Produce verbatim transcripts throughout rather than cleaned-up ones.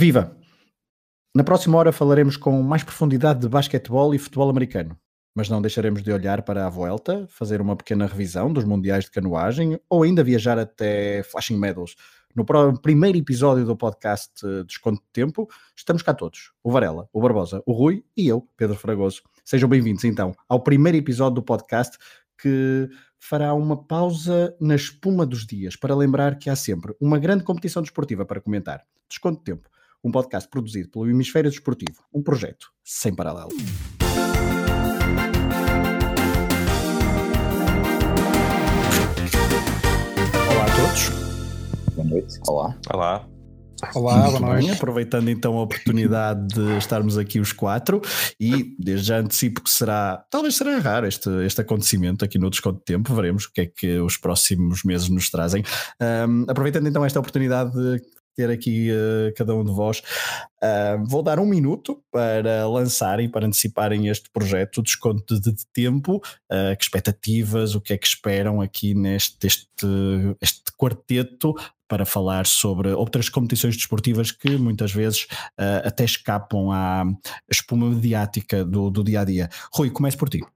Viva! Na próxima hora falaremos com mais profundidade de basquetebol e futebol americano, mas não deixaremos de olhar para a Vuelta, fazer uma pequena revisão dos mundiais de canoagem ou ainda viajar até Flushing Meadows. No primeiro episódio do podcast Desconto de Tempo, estamos cá todos, o Varela, o Barbosa, o Rui e eu, Pedro Fragoso. Sejam bem-vindos então ao primeiro episódio do podcast que fará uma pausa na espuma dos dias para lembrar que há sempre uma grande competição desportiva para comentar. Desconto de Tempo, um podcast produzido pelo Hemisfério Desportivo, um projeto sem paralelo. Olá a todos. Boa noite. Olá. Olá. Olá, boa noite. Bem, aproveitando então a oportunidade de estarmos aqui os quatro e desde já antecipo que será, talvez será raro este, este acontecimento aqui no Desconto de Tempo, veremos o que é que os próximos meses nos trazem. Um, aproveitando então esta oportunidade de ter aqui uh, cada um de vós, uh, vou dar um minuto para lançarem, para anteciparem este projeto, Desconto de, de Tempo, uh, que expectativas, o que é que esperam aqui neste este, este quarteto, para falar sobre outras competições desportivas que muitas vezes uh, até escapam à espuma mediática do, do dia-a-dia. Rui, comece por ti.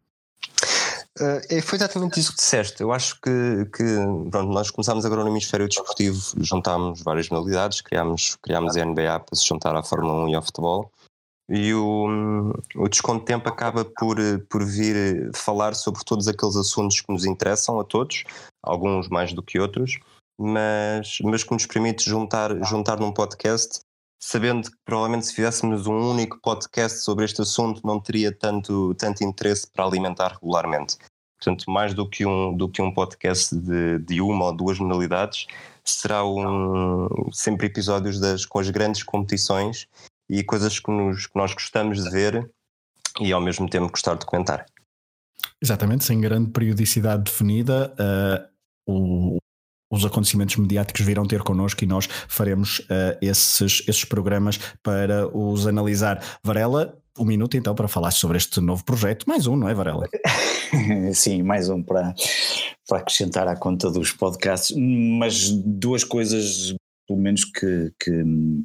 Uh, foi exatamente isso que disseste. Eu acho que, que pronto, nós começámos agora no Hemisfério Desportivo, juntámos várias modalidades, criámos, criámos a N B A para se juntar à Fórmula um e ao futebol, e o, o Desconto de Tempo acaba por, por vir falar sobre todos aqueles assuntos que nos interessam a todos, alguns mais do que outros, mas, mas que nos permite juntar, juntar num podcast, sabendo que provavelmente se fizéssemos um único podcast sobre este assunto não teria tanto, tanto interesse para alimentar regularmente. Portanto, mais do que um, do que um podcast de, de uma ou duas modalidades, será um, sempre episódios das, com as grandes competições e coisas que, nos, que nós gostamos de ver e ao mesmo tempo gostar de comentar. Exatamente, sem grande periodicidade definida, uh, o os acontecimentos mediáticos virão ter connosco e nós faremos uh, esses, esses programas para os analisar. Varela, um minuto então para falar sobre este novo projeto. Mais um, não é, Varela? Sim, mais um para, para acrescentar à conta dos podcasts, mas duas coisas, pelo menos, que, que,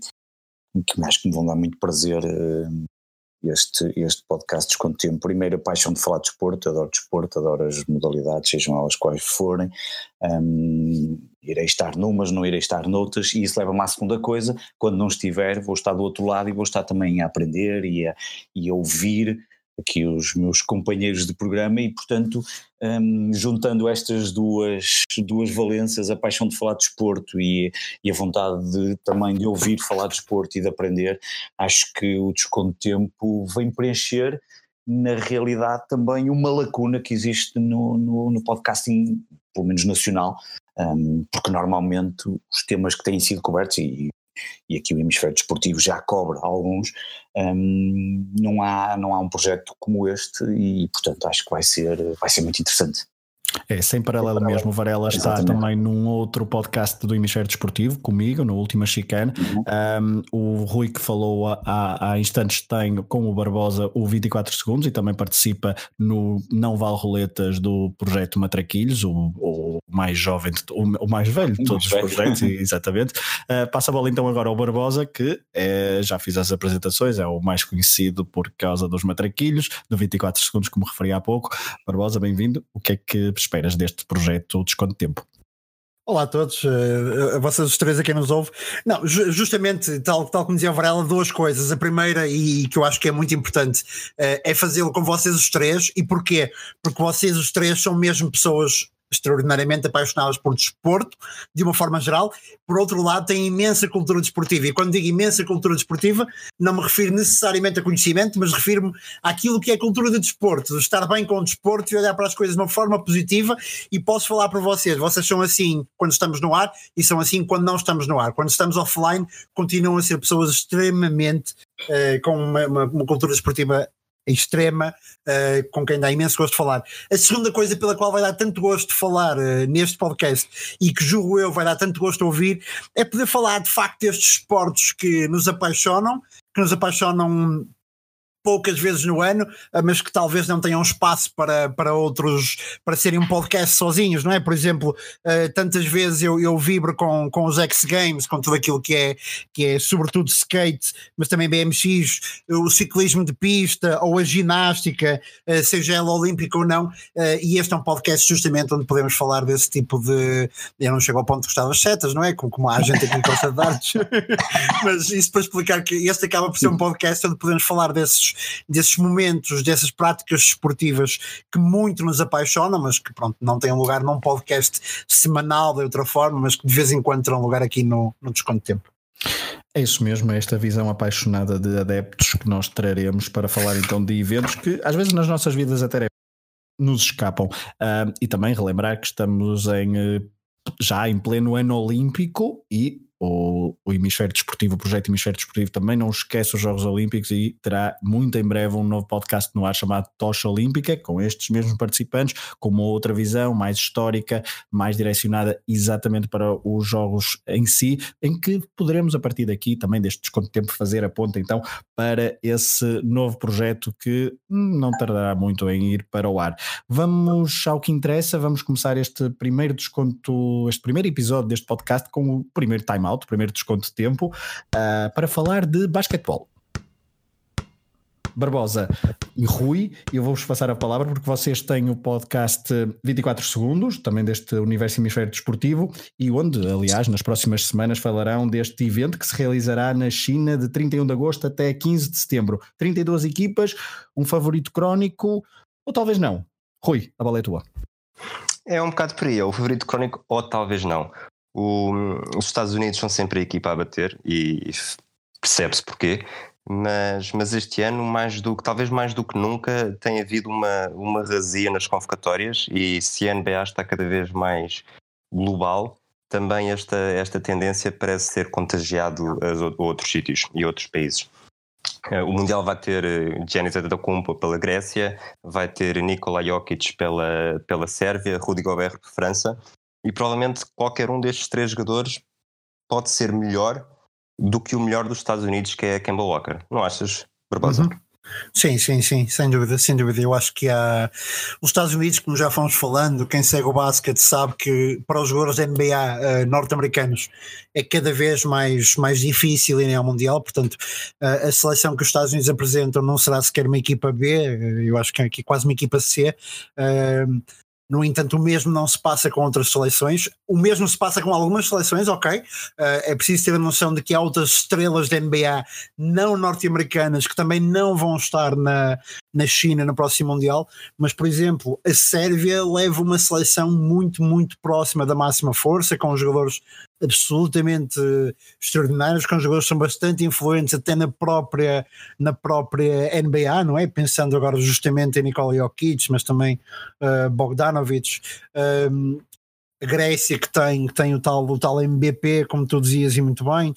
que acho que me vão dar muito prazer uh, este, este podcast Desconto de Tempo. Primeiro, a paixão de falar de desporto, adoro desporto, adoro as modalidades, sejam elas quais forem. Um, irei estar numas, não irei estar noutras, e isso leva-me à segunda coisa: quando não estiver, vou estar do outro lado e vou estar também a aprender e a, e a ouvir aqui os meus companheiros de programa, e portanto, um, juntando estas duas, duas valências, a paixão de falar de desporto e, e a vontade de, também de ouvir falar de desporto e de aprender, acho que o Desconto de Tempo vem preencher, na realidade, também uma lacuna que existe no, no, no podcasting, pelo menos nacional, um, porque normalmente os temas que têm sido cobertos, e, e aqui o Hemisfério Desportivo já cobre alguns, um, não, há, não há um projeto como este, e portanto acho que vai ser, vai ser muito interessante. É, sem paralelo mesmo. O Varela está Exatamente. Também num outro podcast do Hemisfério Desportivo, comigo, no Última Chicane. Uhum. Um, o Rui, que falou há, há instantes, tem com o Barbosa o vinte e quatro segundos e também participa no Não Vale Roletas do projeto Matraquilhos, o, o mais jovem, de, o, o mais velho de todos os projetos, exatamente. Uh, passa a bola então agora ao Barbosa, que é, já fiz as apresentações, é o mais conhecido por causa dos Matraquilhos, do vinte e quatro segundos, como referi há pouco. Barbosa, bem-vindo. O que é que esperas deste projeto Desconto de Tempo? Olá a todos, a vocês os três a quem nos ouve. Não, justamente, tal, tal como dizia o Varela, duas coisas. A primeira, e que eu acho que é muito importante, é fazê-lo com vocês os três. E porquê? Porque vocês os três são mesmo pessoas extraordinariamente apaixonadas por desporto, de uma forma geral. Por outro lado, têm imensa cultura desportiva, e quando digo imensa cultura desportiva, não me refiro necessariamente a conhecimento, mas refiro-me àquilo que é cultura de desporto, de estar bem com o desporto e olhar para as coisas de uma forma positiva. E posso falar para vocês, vocês são assim quando estamos no ar e são assim quando não estamos no ar. Quando estamos offline, continuam a ser pessoas extremamente uh, com uma, uma, uma cultura desportiva extrema, uh, com quem dá imenso gosto de falar. A segunda coisa pela qual vai dar tanto gosto de falar uh, neste podcast, e que julgo eu vai dar tanto gosto de ouvir, é poder falar de facto destes esportes que nos apaixonam, que nos apaixonam poucas vezes no ano, mas que talvez não tenham espaço para, para outros, para serem um podcast sozinhos, não é? Por exemplo, uh, tantas vezes eu, eu vibro com, com os X Games, com tudo aquilo que é, que é sobretudo skate, mas também B M X, o ciclismo de pista ou a ginástica, uh, seja ela olímpica ou não, uh, e este é um podcast justamente onde podemos falar desse tipo de... Eu não chego ao ponto de gostar das setas, não é? Como, como há gente aqui que gosta de artes, mas isso para explicar que este acaba por ser um podcast onde podemos falar desses desses momentos, dessas práticas desportivas que muito nos apaixonam, mas que pronto, não têm lugar num podcast semanal de outra forma, mas que de vez em quando terão lugar aqui no, no Desconto de Tempo. É isso mesmo, é esta visão apaixonada de adeptos que nós traremos para falar então de eventos que às vezes nas nossas vidas até nos escapam. Uh, e também relembrar que estamos em, já em pleno ano olímpico e O, o Hemisfério Desportivo, o projeto Hemisfério Desportivo também não esquece os Jogos Olímpicos e terá muito em breve um novo podcast no ar chamado Tocha Olímpica, com estes mesmos participantes, com uma outra visão mais histórica, mais direcionada exatamente para os Jogos em si, em que poderemos a partir daqui também deste Desconto de Tempo fazer a ponta então para esse novo projeto que não tardará muito em ir para o ar. Vamos ao que interessa, vamos começar este primeiro desconto, este primeiro episódio deste podcast com o primeiro time out, primeiro desconto de tempo, uh, para falar de basquetebol. Barbosa e Rui, eu vou-vos passar a palavra porque vocês têm o podcast vinte e quatro segundos, também deste Universo Hemisfério Desportivo, e onde, aliás, nas próximas semanas falarão deste evento que se realizará na China de trinta e um de agosto até quinze de setembro. trinta e duas equipas, um favorito crónico, ou talvez não. Rui, a bola é tua. É um bocado por aí, é o favorito crónico ou talvez não. O, os Estados Unidos são sempre a equipa a bater e percebe-se porquê, mas, mas este ano, mais do, talvez mais do que nunca, tem havido uma, uma razia nas convocatórias e se a N B A está cada vez mais global, também esta, esta tendência parece ser contagiado a outros sítios e outros países. O Mundial vai ter Giannis Antetokounmpo pela Grécia, vai ter Nikola Jokic pela, pela Sérvia, Rudy Gobert por França. E provavelmente qualquer um destes três jogadores pode ser melhor do que o melhor dos Estados Unidos, que é Kemba Walker. Não achas, Barbosa? Uhum. Sim, sim, sim, sem dúvida, sem dúvida. Eu acho que há os Estados Unidos, como já fomos falando, quem segue o basquete sabe que para os jogadores da N B A uh, norte-americanos é cada vez mais, mais difícil ir ao Mundial, portanto uh, a seleção que os Estados Unidos apresentam não será sequer uma equipa B, eu acho que é aqui quase uma equipa C. Uh, No entanto, o mesmo não se passa com outras seleções, o mesmo se passa com algumas seleções, ok, uh, é preciso ter a noção de que há outras estrelas da N B A não norte-americanas que também não vão estar na, na China no próximo Mundial, mas por exemplo, a Sérvia leva uma seleção muito, muito próxima da máxima força, com jogadores absolutamente extraordinários, com jogadores que são bastante influentes até na própria, na própria N B A, não é? Pensando agora justamente em Nikola Jokic, mas também uh, Bogdanovic, um, a Grécia que tem, que tem o, tal, o tal M B P, como tu dizias e muito bem,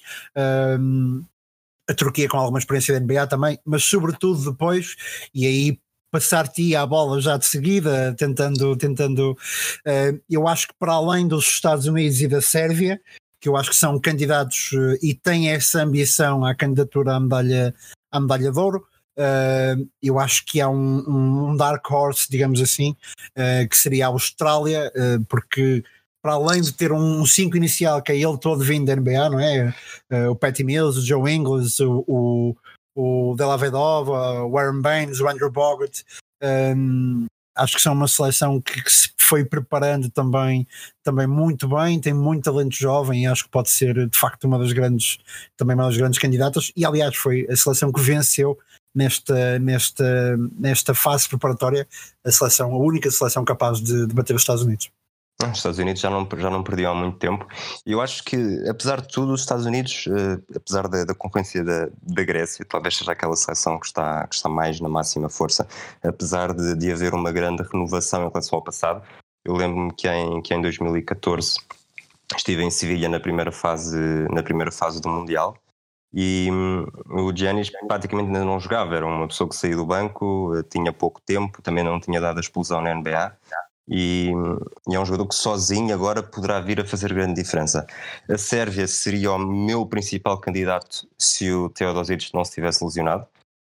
um, a Turquia com alguma experiência da N B A também, mas sobretudo depois, e aí passar-te à bola já de seguida, tentando, tentando uh, eu acho que para além dos Estados Unidos e da Sérvia, que eu acho que são candidatos uh, e têm essa ambição à candidatura à medalha, à medalha de ouro, uh, eu acho que há um, um dark horse, digamos assim, uh, que seria a Austrália, uh, porque para além de ter um cinco inicial, que é ele todo vindo da N B A, não é? Uh, o Patty Mills, o Joe Ingles, o, o o Della Vedova, o Aaron Baines, o Andrew Bogut, um, acho que são uma seleção que, que se foi preparando também, também muito bem, tem muito talento jovem e acho que pode ser de facto uma das grandes, também uma das grandes candidatas, e aliás foi a seleção que venceu nesta, nesta, nesta fase preparatória, a seleção, a única seleção capaz de, de bater os Estados Unidos. Os Estados Unidos já não, já não perdiam há muito tempo e eu acho que, apesar de tudo, os Estados Unidos, uh, apesar da, da concorrência da, da Grécia, talvez seja aquela seleção que está, que está mais na máxima força, apesar de, de haver uma grande renovação em relação ao passado. Eu lembro-me que em, que em dois mil e catorze estive em Sevilha na primeira fase, na primeira fase do Mundial e um, o Giannis praticamente ainda não jogava, era uma pessoa que saiu do banco, tinha pouco tempo, também não tinha dado a explosão na N B A. E, e é um jogador que sozinho agora poderá vir a fazer grande diferença. A Sérvia seria o meu principal candidato se o Teodosic não se tivesse lesionado.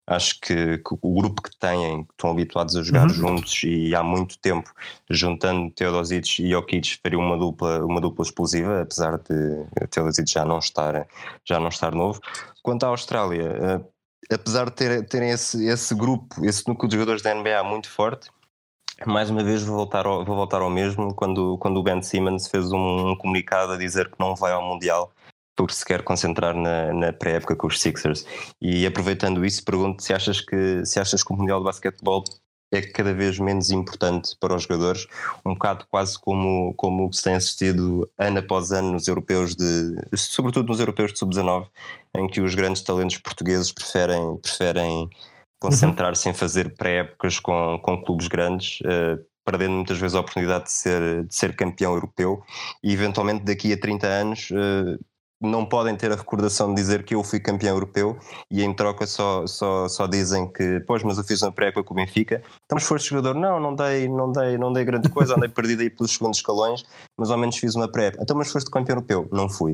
Acho que, que o grupo que têm, que estão habituados a jogar uhum. juntos e há muito tempo, juntando Teodosic e Jokic, faria uma dupla, uma dupla explosiva, apesar de Teodosic já não estar, já não estar novo. Quanto à Austrália, uh, apesar de ter, terem esse, esse grupo, esse núcleo de jogadores da N B A muito forte, mais uma vez vou voltar ao, vou voltar ao mesmo, quando, quando o Ben Simmons fez um, um comunicado a dizer que não vai ao Mundial porque se quer concentrar na, na pré-época com os Sixers. E aproveitando isso, pergunto se achas que, se achas que o Mundial de Basquetebol é cada vez menos importante para os jogadores, um bocado quase como, como se tem assistido ano após ano nos europeus de, sobretudo nos europeus de sub dezanove, em que os grandes talentos portugueses preferem, preferem concentrar-se uhum. em fazer pré-épocas com, com clubes grandes, uh, perdendo muitas vezes a oportunidade de ser, de ser campeão europeu, e eventualmente daqui a trinta anos uh, não podem ter a recordação de dizer que eu fui campeão europeu e em troca só, só, só dizem que, pois, mas eu fiz uma pré-época com o Benfica. Então, mas foste jogador? Não, não dei, não dei, não dei grande coisa, andei perdido aí pelos segundos escalões, mas ao menos fiz uma pré-época. Então, mas foste campeão europeu? Não fui.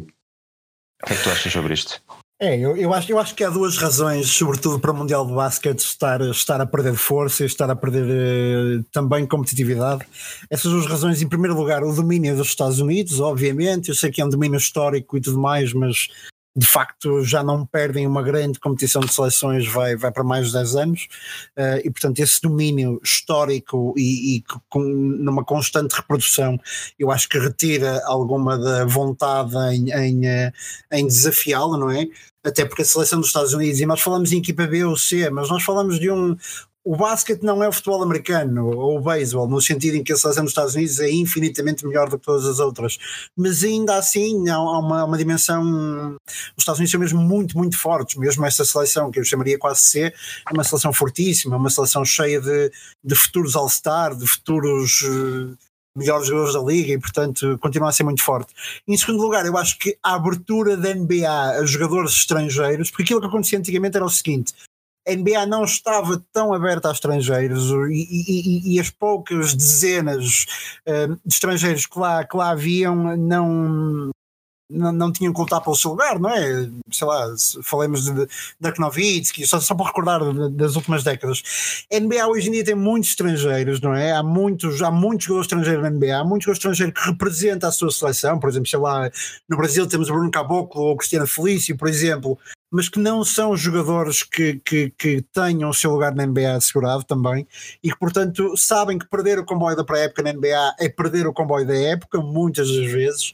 O que é que tu achas sobre isto? É, eu, eu, acho, eu acho que há duas razões, sobretudo para o Mundial de Basquete estar, estar a perder força e estar a perder eh, também competitividade. Essas duas razões, em primeiro lugar, o domínio dos Estados Unidos, obviamente, eu sei que é um domínio histórico e tudo mais, mas de facto já não perdem uma grande competição de seleções, vai, vai para mais de dez anos, uh, e portanto esse domínio histórico e, e com, numa constante reprodução, eu acho que retira alguma da vontade em, em, em desafiá-la, não é? Até porque a seleção dos Estados Unidos, e nós falamos em equipa B ou C, mas nós falamos de um... O basquete não é o futebol americano ou o beisebol, no sentido em que a seleção dos Estados Unidos é infinitamente melhor do que todas as outras, mas ainda assim há uma, uma dimensão. Os Estados Unidos são mesmo muito, muito fortes, mesmo essa seleção que eu chamaria quase C, é uma seleção fortíssima, uma seleção cheia de, de futuros All-Star, de futuros uh, melhores jogadores da liga, e portanto continua a ser muito forte. Em segundo lugar, eu acho que a abertura da N B A a jogadores estrangeiros, porque aquilo que acontecia antigamente era o seguinte: a N B A não estava tão aberta a estrangeiros e, e, e as poucas dezenas uh, de estrangeiros que lá, que lá haviam não, não, não tinham que lutar pelo seu lugar, não é? Sei lá, falemos de Dirk Nowitzki, só, só para recordar das últimas décadas. A N B A hoje em dia tem muitos estrangeiros, não é? Há muitos, há muitos jogadores estrangeiros na N B A, há muitos jogadores estrangeiros que representam a sua seleção, por exemplo, sei lá, no Brasil temos o Bruno Caboclo ou o Cristiano Felício, por exemplo, mas que não são jogadores que, que, que tenham o seu lugar na N B A assegurado também, e que portanto sabem que perder o comboio da pré-época na N B A é perder o comboio da época, muitas das vezes.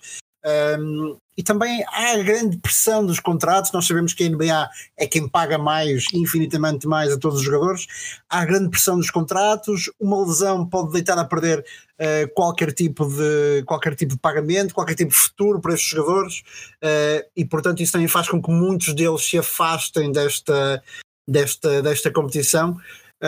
Um, e também há a grande pressão dos contratos. Nós sabemos que a N B A é quem paga mais, infinitamente mais, a todos os jogadores. Há a grande pressão dos contratos, uma lesão pode deitar a perder uh, qualquer, tipo de, qualquer tipo de pagamento, qualquer tipo de futuro para estes jogadores, uh, e portanto isso também faz com que muitos deles se afastem desta, desta, desta competição.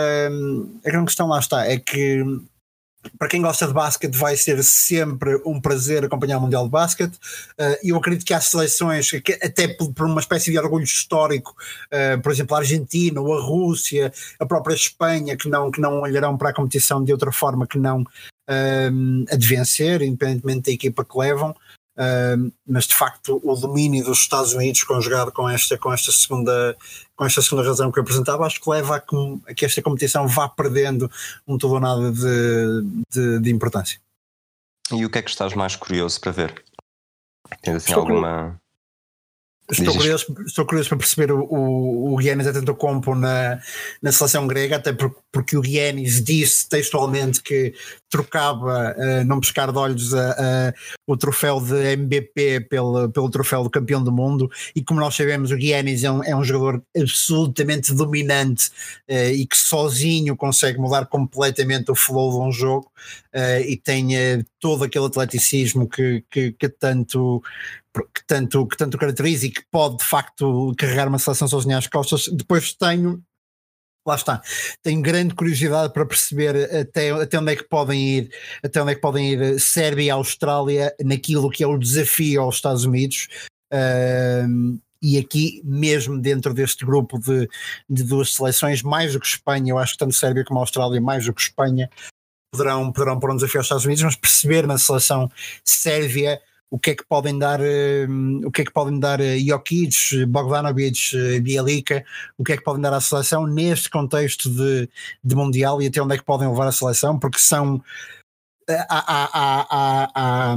Um, a grande questão lá está, é que para quem gosta de basquete vai ser sempre um prazer acompanhar o Mundial de Basquete. Uh, eu acredito que há seleções que até por uma espécie de orgulho histórico, uh, por exemplo a Argentina ou a Rússia, a própria Espanha, que não, que não olharão para a competição de outra forma que não uh, a de vencer, independentemente da equipa que levam. Uh, mas de facto o domínio dos Estados Unidos conjugado com esta, com esta segunda com esta segunda razão que eu apresentava, acho que leva a que, a que esta competição vá perdendo um todo ou nada de, de, de importância. E o que é que estás mais curioso para ver? Tens assim estou alguma... Estou curioso, estou curioso para perceber o, o, o Giannis Antetokounmpo na, na seleção grega, até porque, porque o Giannis disse textualmente que trocava, uh, não pescar de olhos, a, a, o troféu de M V P pelo, pelo troféu de campeão do mundo, e como nós sabemos o Giannis é um, é um jogador absolutamente dominante uh, e que sozinho consegue mudar completamente o flow de um jogo, uh, e tem uh, todo aquele atleticismo que, que, que tanto... Que tanto, que tanto caracteriza e que pode de facto carregar uma seleção sozinha às costas. Depois tenho, lá está, tenho grande curiosidade para perceber até, até onde é que podem ir, até onde é que podem ir Sérvia e Austrália naquilo que é o desafio aos Estados Unidos. Uh, e aqui mesmo dentro deste grupo de, de duas seleções, mais do que Espanha, eu acho que tanto Sérvia como Austrália, mais do que Espanha, poderão, poderão pôr um desafio aos Estados Unidos, mas perceber na seleção sérvia o que é que podem dar, uh, o que é que podem dar uh, Jokic, Bogdanovic, uh, Bjelica, o que é que podem dar à seleção neste contexto de, de Mundial, e até onde é que podem levar a seleção, porque são uh, há, há, há, há, há,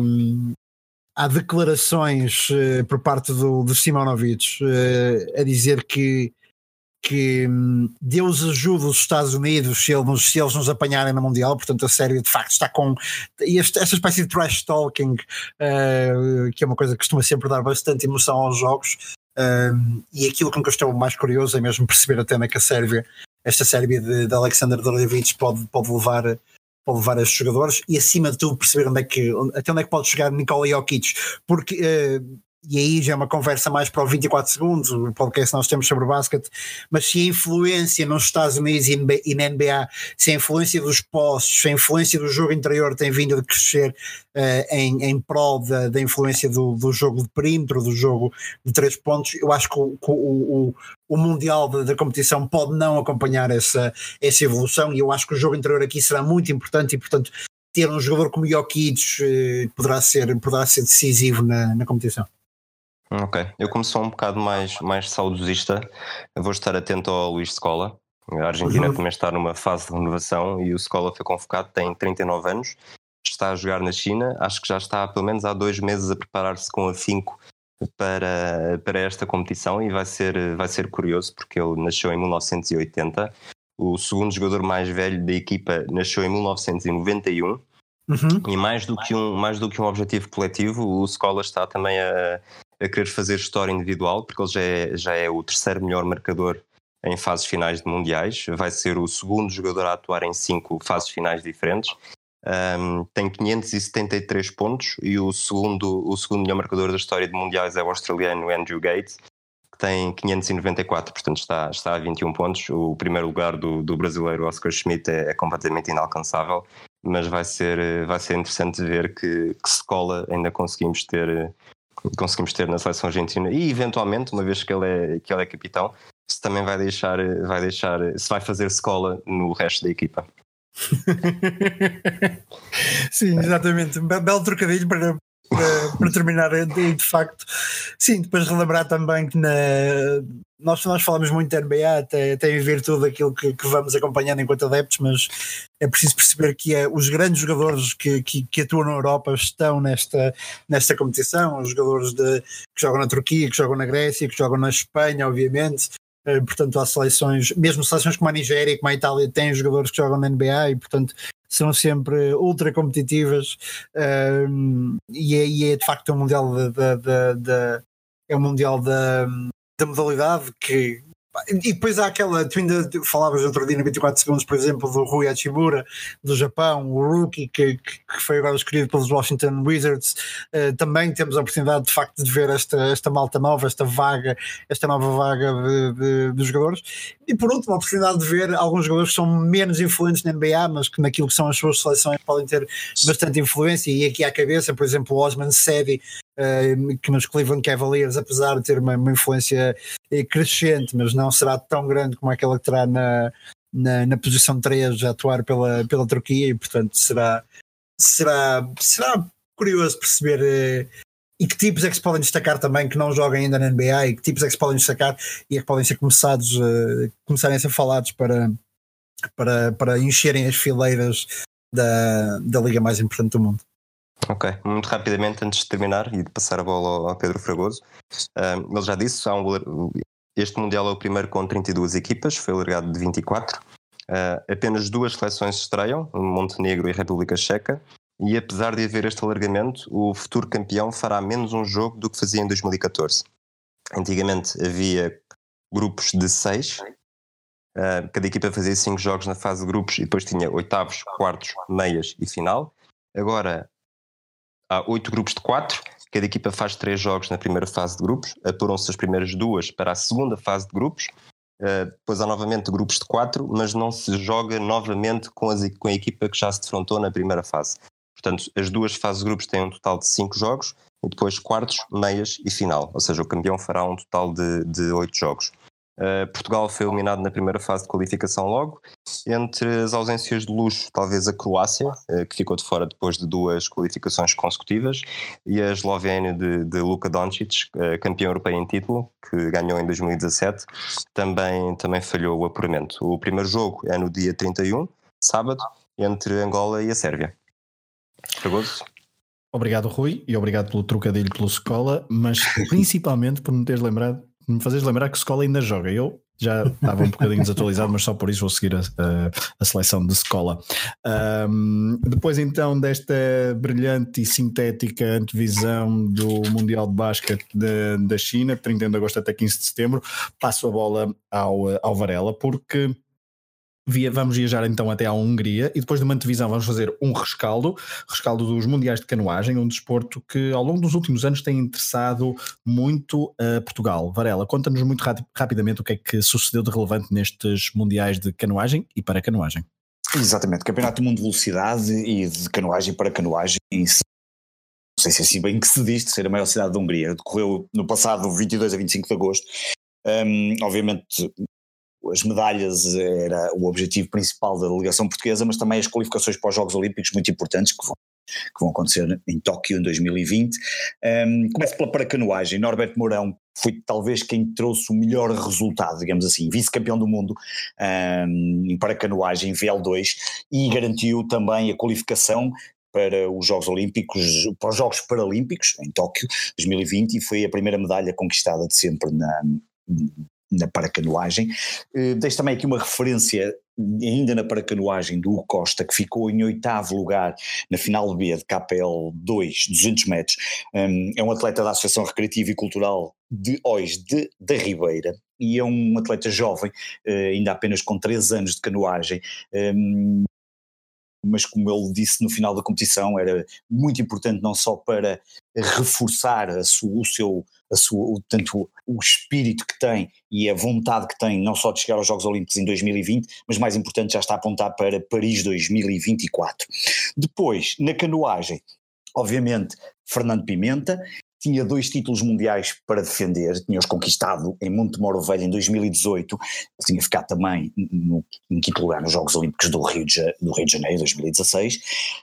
há declarações uh, por parte do, do Simonovic uh, a dizer que que hum, Deus ajuda os Estados Unidos se, ele nos, se eles nos apanharem no Mundial. Portanto a Sérvia de facto está com este, esta espécie de trash talking, uh, que é uma coisa que costuma sempre dar bastante emoção aos jogos, uh, e aquilo com que eu estou mais curioso é mesmo perceber até onde é que a Sérvia, esta Sérvia de, de Aleksandar Doljevic pode, pode levar pode levar estes jogadores, e acima de tudo perceber onde é que, até onde é que pode chegar Nikola Jokic, porque uh, e aí já é uma conversa mais para o vinte e quatro segundos, o podcast que nós temos sobre basquete, mas se a influência nos Estados Unidos e na N B A, se a influência dos postos, se a influência do jogo interior tem vindo a crescer uh, em, em prol da, da influência do, do jogo de perímetro, do jogo de três pontos, eu acho que o, o, o, o Mundial da, da competição pode não acompanhar essa, essa evolução, e eu acho que o jogo interior aqui será muito importante, e portanto ter um jogador como Jokic uh, poderá, ser, poderá ser decisivo na, na competição. Ok, eu como sou um bocado mais, mais saudosista, vou estar atento ao Luís Scola. A Argentina uhum. também está numa fase de renovação e o Scola foi convocado, tem trinta e nove anos, está a jogar na China, acho que já está pelo menos há dois meses a preparar-se com afinco para, para esta competição, e vai ser, vai ser curioso porque ele nasceu em mil novecentos e oitenta, o segundo jogador mais velho da equipa nasceu em mil novecentos e noventa e um. Uhum. E mais do, que um, mais do que um objetivo coletivo, o Scola está também a, a querer fazer história individual, porque ele já é, já é o terceiro melhor marcador em fases finais de mundiais, vai ser o segundo jogador a atuar em cinco fases finais diferentes, um, tem quinhentos e setenta e três pontos, e o segundo, o segundo melhor marcador da história de mundiais é o australiano Andrew Gates, que tem quinhentos e noventa e quatro, portanto está, está a vinte e um pontos. O primeiro lugar do, do brasileiro Oscar Schmidt é, é completamente inalcançável, mas vai ser, vai ser interessante ver que, que Scola ainda conseguimos ter, conseguimos ter na seleção argentina, e eventualmente, uma vez que ele é, que ele é capitão, se também vai deixar, vai deixar, se vai fazer Scola no resto da equipa. Sim, exatamente, belo trocadilho para, para, para terminar, de, de facto. Sim, depois relembrar também que na, nós, nós falamos muito da N B A, até, até em virtude daquilo que, que vamos acompanhando enquanto adeptos, mas é preciso perceber que é, os grandes jogadores que, que, que atuam na Europa estão nesta, nesta competição, os jogadores de, que jogam na Turquia, que jogam na Grécia, que jogam na Espanha, obviamente. Portanto, há seleções, mesmo seleções como a Nigéria e como a Itália, têm jogadores que jogam na N B A e, portanto, são sempre ultra competitivas, um, e, é, e é de facto um mundial da, da, da, é um mundial da, da modalidade que. E depois há aquela, tu ainda falavas outro dia no vinte e quatro segundos, por exemplo, do Rui Hachimura, do Japão, o rookie que, que foi agora escolhido pelos Washington Wizards. Uh, também temos a oportunidade de facto de ver esta, esta malta nova, esta vaga, esta nova vaga de, de, de jogadores. E por último, a oportunidade de ver alguns jogadores que são menos influentes na N B A, mas que naquilo que são as suas seleções podem ter bastante influência, e aqui à cabeça, por exemplo, o Osman Sedi, Uh, que nos Cleveland Cavaliers, apesar de ter uma, uma influência crescente, mas não será tão grande como aquela que terá na, na, na posição três a atuar pela, pela Turquia, e portanto será, será, será curioso perceber uh, e que tipos é que se podem destacar também que não jogam ainda na N B A, e que tipos é que se podem destacar e é que podem ser começados, uh, começarem a ser falados para, para, para encherem as fileiras da, da liga mais importante do mundo. Ok, muito rapidamente antes de terminar e de passar a bola ao Pedro Fragoso, um, ele já disse, há um, este Mundial é o primeiro com trinta e duas equipas, foi alargado de vinte e quatro, uh, apenas duas seleções estreiam, Montenegro e República Checa, e apesar de haver este alargamento, o futuro campeão fará menos um jogo do que fazia em dois mil e catorze. Antigamente havia grupos de seis, uh, cada equipa fazia cinco jogos na fase de grupos e depois tinha oitavos, quartos, meias e final. Agora há oito grupos de quatro, cada equipa faz três jogos na primeira fase de grupos, apuram-se as primeiras duas para a segunda fase de grupos, uh, depois há novamente grupos de quatro, mas não se joga novamente com, as, com a equipa que já se defrontou na primeira fase. Portanto, as duas fases de grupos têm um total de cinco jogos, e depois quartos, meias e final, ou seja, o campeão fará um total de, de oito jogos. Uh, Portugal foi eliminado na primeira fase de qualificação logo. Entre as ausências de luxo, talvez a Croácia, uh, que ficou de fora depois de duas qualificações consecutivas, e a Eslovénia de, de Luka Doncic, uh, campeão europeu em título, que ganhou em dois mil e dezassete, também, também falhou o apuramento. O primeiro jogo é no dia trinta e um, sábado, entre Angola e a Sérvia. Fragoso? Obrigado, Rui, e obrigado pelo trocadilho pelo Scola, mas principalmente por me teres lembrado, me fazeres lembrar que o Scola ainda joga. Eu já estava um bocadinho desatualizado, mas só por isso vou seguir a, a, a seleção de Scola. Um, depois então desta brilhante e sintética antevisão do Mundial de Basquete da, da China, trinta de agosto até quinze de setembro, passo a bola ao, ao Varela, porque Via, vamos viajar então até à Hungria e depois de uma antevisão vamos fazer um rescaldo, rescaldo dos Mundiais de Canoagem, um desporto que ao longo dos últimos anos tem interessado muito a Portugal. Varela, conta-nos muito rap- rapidamente o que é que sucedeu de relevante nestes Mundiais de Canoagem e para Canoagem. Exatamente, Campeonato do Mundo de Velocidade e de Canoagem para Canoagem, e não sei se é assim bem que se diz, de ser a maior cidade da Hungria. Decorreu no passado vinte e dois a vinte e cinco de agosto. Um, obviamente as medalhas era o objetivo principal da delegação portuguesa, mas também as qualificações para os Jogos Olímpicos muito importantes que vão, que vão acontecer em Tóquio em dois mil e vinte. Um, começo pela paracanoagem. Norberto Mourão foi talvez quem trouxe o melhor resultado, digamos assim, vice-campeão do mundo um, em paracanoagem V L dois, e garantiu também a qualificação para os Jogos Olímpicos, para os Jogos Paralímpicos em Tóquio dois mil e vinte, e foi a primeira medalha conquistada de sempre na na paracanoagem. Uh, deixo também aqui uma referência ainda na paracanoagem do Hugo Costa, que ficou em oitavo lugar na final B de K L dois, duzentos metros. Um, é um atleta da Associação Recreativa e Cultural de Ois de, da Ribeira, e é um atleta jovem, uh, ainda apenas com treze anos de canoagem, um, mas como ele disse no final da competição, era muito importante não só para reforçar a sua, o seu, a sua, tanto o espírito que tem e a vontade que tem, não só de chegar aos Jogos Olímpicos em dois mil e vinte, mas mais importante, já está a apontar para Paris dois mil e vinte e quatro. Depois, na canoagem, obviamente, Fernando Pimenta tinha dois títulos mundiais para defender, tinha-os conquistado em Montemor o Velho em dois mil e dezoito, tinha ficado também no, em quinto lugar nos Jogos Olímpicos do Rio de, do Rio de Janeiro, dois mil e dezasseis,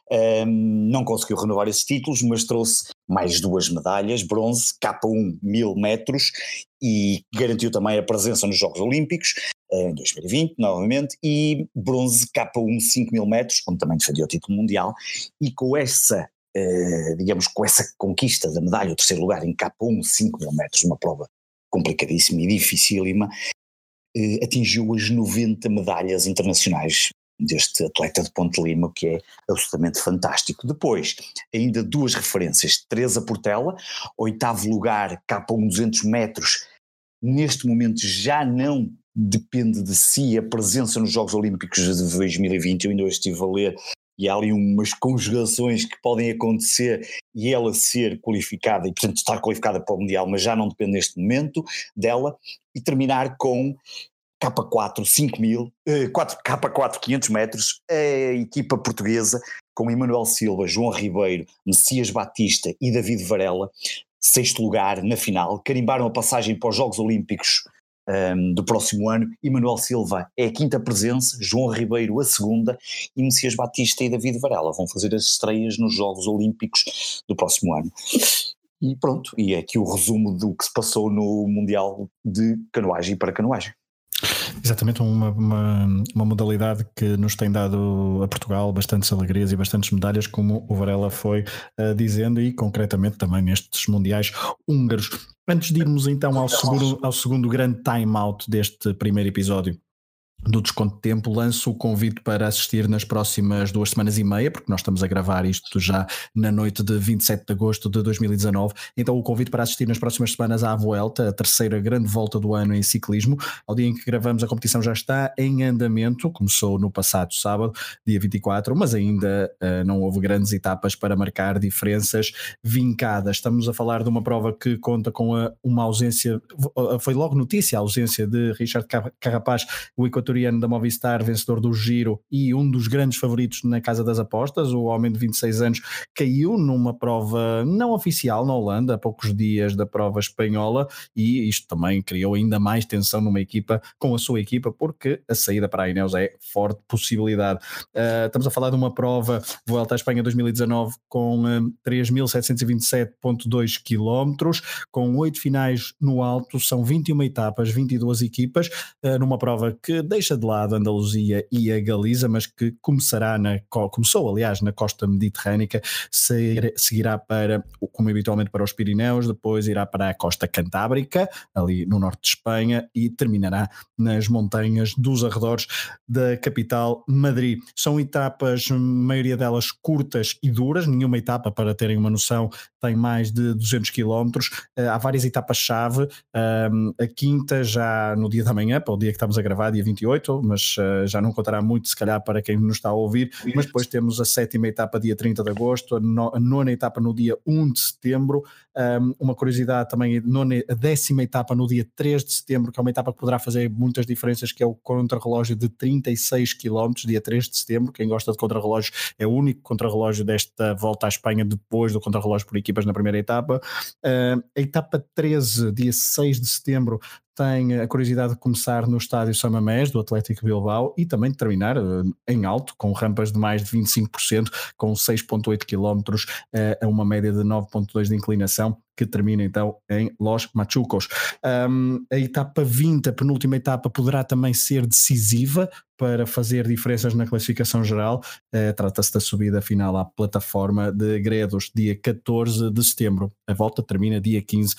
um, não conseguiu renovar esses títulos, mas trouxe mais duas medalhas, bronze, K um mil metros, e garantiu também a presença nos Jogos Olímpicos, em dois mil e vinte, novamente, e bronze K um cinco mil metros, onde também defendeu o título mundial, e com essa Uh, digamos, com essa conquista da medalha, o terceiro lugar em K um, cinco mil metros, uma prova complicadíssima e dificílima, uh, atingiu as noventa medalhas internacionais deste atleta de Ponte Lima, o que é absolutamente fantástico. Depois, ainda duas referências: Teresa Portela, oitavo lugar, K um duzentos metros, neste momento já não depende de si a presença nos Jogos Olímpicos de dois mil e vinte, eu ainda hoje estive a ler, e há ali umas conjugações que podem acontecer e ela ser qualificada, e portanto estar qualificada para o Mundial, mas já não depende neste momento dela, e terminar com K quatro cinco mil, K quatro quinhentos metros, a equipa portuguesa com Emanuel Silva, João Ribeiro, Messias Batista e David Varela, sexto lugar na final, carimbaram a passagem para os Jogos Olímpicos Um, do próximo ano. Emanuel Silva é a quinta presença, João Ribeiro a segunda, e Messias Batista e David Varela vão fazer as estreias nos Jogos Olímpicos do próximo ano. E pronto, e é aqui o resumo do que se passou no Mundial de Canoagem para Canoagem. Exatamente, uma, uma, uma modalidade que nos tem dado a Portugal bastantes alegrias e bastantes medalhas, como o Varela foi uh, dizendo, e concretamente também nestes mundiais húngaros. Antes de irmos então ao segundo, ao segundo grande time-out deste primeiro episódio do Desconto de Tempo, lanço o convite para assistir nas próximas duas semanas e meia, porque nós estamos a gravar isto já na noite de vinte e sete de agosto de dois mil e dezanove, então o convite para assistir nas próximas semanas à Vuelta, a terceira grande volta do ano em ciclismo. Ao dia em que gravamos, a competição já está em andamento, começou no passado sábado, dia vinte e quatro, mas ainda uh, não houve grandes etapas para marcar diferenças vincadas. Estamos a falar de uma prova que conta com a, uma ausência, foi logo notícia a ausência de Richard Carapaz, o equatoriano equatoriano da Movistar, vencedor do Giro e um dos grandes favoritos na casa das apostas. O homem de vinte e seis anos caiu numa prova não oficial na Holanda, há poucos dias da prova espanhola, e isto também criou ainda mais tensão numa equipa, com a sua equipa, porque a saída para a Ineos é forte possibilidade. Uh, estamos a falar de uma prova Vuelta à Espanha dois mil e dezanove com um, três mil setecentos e vinte e sete vírgula dois quilómetros, com oito finais no alto, são vinte e uma etapas, vinte e duas equipas, uh, numa prova que deixa de lado a Andaluzia e a Galiza, mas que começará na, começou aliás na costa mediterrânica, seguirá para, como habitualmente, para os Pirineus, depois irá para a costa cantábrica, ali no norte de Espanha, e terminará nas montanhas dos arredores da capital Madrid. São etapas, a maioria delas curtas e duras, nenhuma etapa, para terem uma noção, tem mais de duzentos quilómetros, uh, há várias etapas-chave, uh, a quinta já no dia da manhã, para o dia que estamos a gravar, dia vinte e oito, mas uh, já não contará muito se calhar para quem nos está a ouvir, mas depois temos a sétima etapa dia trinta de agosto, a, no, a nona etapa no dia um de setembro, um, uma curiosidade também, a, nona, a décima etapa no dia três de setembro, que é uma etapa que poderá fazer muitas diferenças, que é o contrarrelógio de trinta e seis quilómetros, dia três de setembro. Quem gosta de contrarrelógio, é o único contrarrelógio desta volta à Espanha depois do contrarrelógio por equipas na primeira etapa. Uh, a etapa treze, dia seis de setembro, tem a curiosidade de começar no estádio San Mamés do Atlético Bilbao e também de terminar uh, em alto, com rampas de mais de vinte e cinco por cento, com seis vírgula oito quilómetros, uh, a uma média de nove vírgula dois de inclinação, que termina então em Los Machucos. Um, a etapa vinte, a penúltima etapa, poderá também ser decisiva para fazer diferenças na classificação geral. Uh, trata-se da subida final à plataforma de Gredos, dia catorze de setembro. A volta termina dia quinze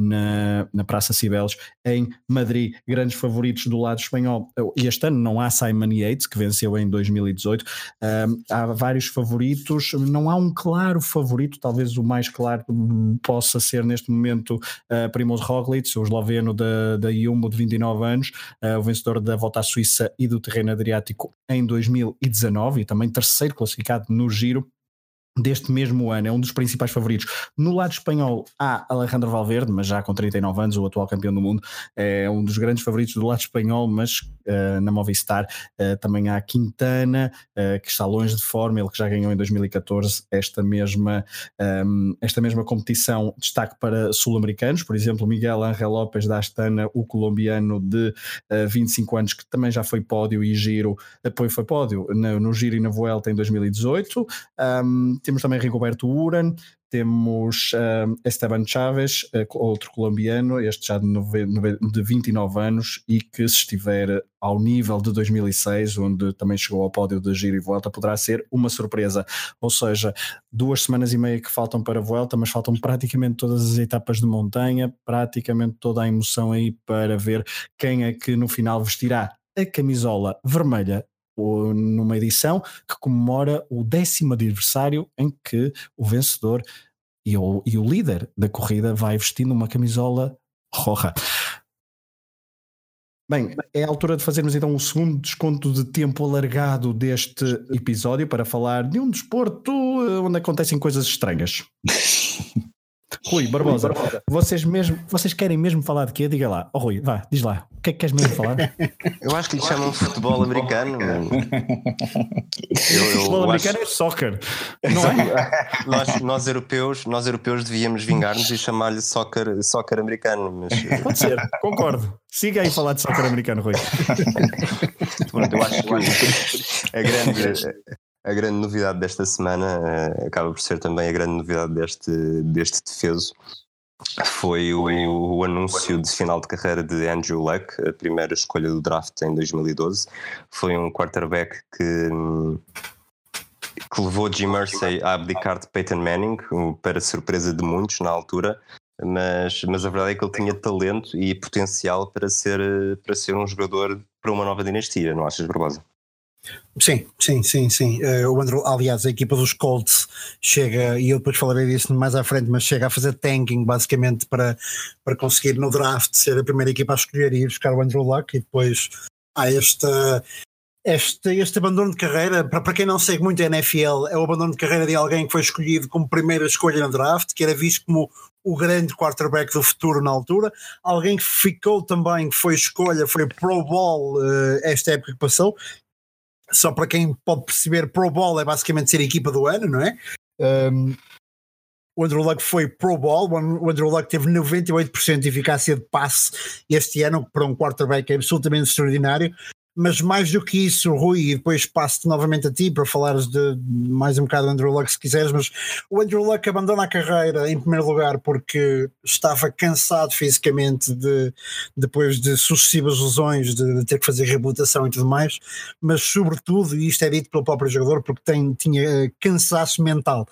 na, na Praça Cibeles, em Madrid. Grandes favoritos do lado espanhol. Este ano não há Simon Yates, que venceu em dois mil e dezoito. Um, há vários favoritos, não há um claro favorito, talvez o mais claro possa ser neste momento uh, Primož Roglič, o esloveno da, da Jumbo, de vinte e nove anos, uh, o vencedor da Volta à Suíça e do Terreno Adriático em dois mil e dezanove, e também terceiro classificado no Giro deste mesmo ano, é um dos principais favoritos. No lado espanhol há Alejandro Valverde, mas já com trinta e nove anos, o atual campeão do mundo, é um dos grandes favoritos do lado espanhol, mas uh, na Movistar uh, também há Quintana, uh, que está longe de forma, ele que já ganhou em dois mil e catorze esta mesma, um, esta mesma competição. Destaque para sul-americanos, por exemplo, Miguel Ángel López da Astana, o colombiano de uh, vinte e cinco anos, que também já foi pódio e giro, uh, foi pódio no, no Giro e na Vuelta em dois mil e dezoito. Um, Temos também Rigoberto Urán, temos uh, Esteban Chaves, uh, outro colombiano, este já de, nove, de vinte e nove anos, e que, se estiver ao nível de dois mil e seis, onde também chegou ao pódio de Giro e Vuelta, poderá ser uma surpresa. Ou seja, duas semanas e meia que faltam para a Vuelta, mas faltam praticamente todas as etapas de montanha, praticamente toda a emoção aí para ver quem é que no final vestirá a camisola vermelha numa edição que comemora o décimo aniversário em que o vencedor e o, e o líder da corrida vai vestindo uma camisola roja. Bem, é a altura de fazermos então o segundo desconto de tempo alargado deste episódio para falar de um desporto onde acontecem coisas estranhas. Rui Barbosa, Rui Barbosa. Vocês, mesmo, vocês querem mesmo falar de quê? Diga lá. Oh, Rui, vá, diz lá. O que é que queres mesmo falar? Eu acho que lhe chamam futebol americano. Eu, eu futebol americano acho... é soccer, não é? nós, nós, europeus, nós europeus devíamos vingar-nos e chamar-lhe soccer, soccer americano. Mas... Pode ser, concordo. Siga aí a falar de soccer americano, Rui. Pronto, eu acho que a grande... A grande novidade desta semana uh, acaba por ser também a grande novidade deste, deste defeso. Foi o, o anúncio de final de carreira de Andrew Luck, a primeira escolha do draft em dois mil e doze. Foi um quarterback que, que levou Jim Irsay a abdicar de Peyton Manning, para surpresa de muitos na altura. Mas, mas a verdade é que ele tinha talento e potencial para ser, para ser um jogador para uma nova dinastia, não achas, Barbosa? Sim, sim, sim, sim. Uh, o Andrew, aliás, a equipa dos Colts chega, e eu depois falarei disso mais à frente, mas chega a fazer tanking basicamente para, para conseguir no draft ser a primeira equipa a escolher e ir buscar o Andrew Luck, e depois há esta, Este, este abandono de carreira, para, para quem não segue muito a N F L, é o abandono de carreira de alguém que foi escolhido como primeira escolha na draft, que era visto como o grande quarterback do futuro na altura. Alguém que ficou também, que foi escolha, foi Pro Bowl uh, esta época que passou. Só para quem pode perceber, Pro Bowl é basicamente ser a equipa do ano, não é? Um, o Andrew Luck foi Pro Bowl, o Andrew Luck teve noventa e oito por cento de eficácia de passe este ano, para um quarterback é absolutamente extraordinário. Mas mais do que isso, Rui, e depois passo-te novamente a ti para falares de mais um bocado do Andrew Luck se quiseres, mas o Andrew Luck abandona a carreira em primeiro lugar porque estava cansado fisicamente de, depois de sucessivas lesões, de, de ter que fazer reabilitação e tudo mais, mas sobretudo, e isto é dito pelo próprio jogador, porque tem, tinha cansaço mental,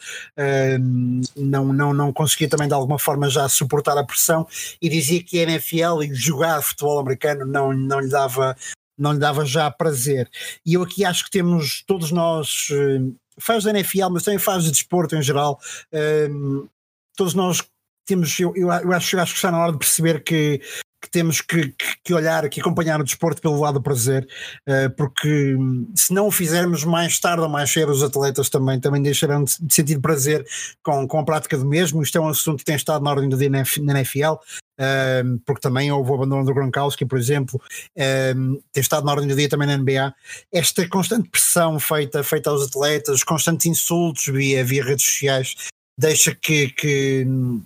uh, não, não, não conseguia também de alguma forma já suportar a pressão, e dizia que a N F L e jogar futebol americano não, não lhe dava não lhe dava já prazer. E eu aqui acho que temos, todos nós, fãs da N F L, mas também fãs de desporto em geral, um, todos nós temos, eu, eu acho, eu acho que está na hora de perceber que, que temos que, que olhar, que acompanhar o desporto pelo lado do prazer, uh, porque se não o fizermos, mais tarde ou mais cedo os atletas também, também deixarão de, de sentir prazer com, com a prática do mesmo. Isto é um assunto que tem estado na ordem do dia na N F L, Um, porque também houve o abandono do Gronkowski, por exemplo, um, tem estado na ordem do dia também na N B A. Esta constante pressão feita, feita aos atletas, constantes insultos via, via redes sociais, deixa que, que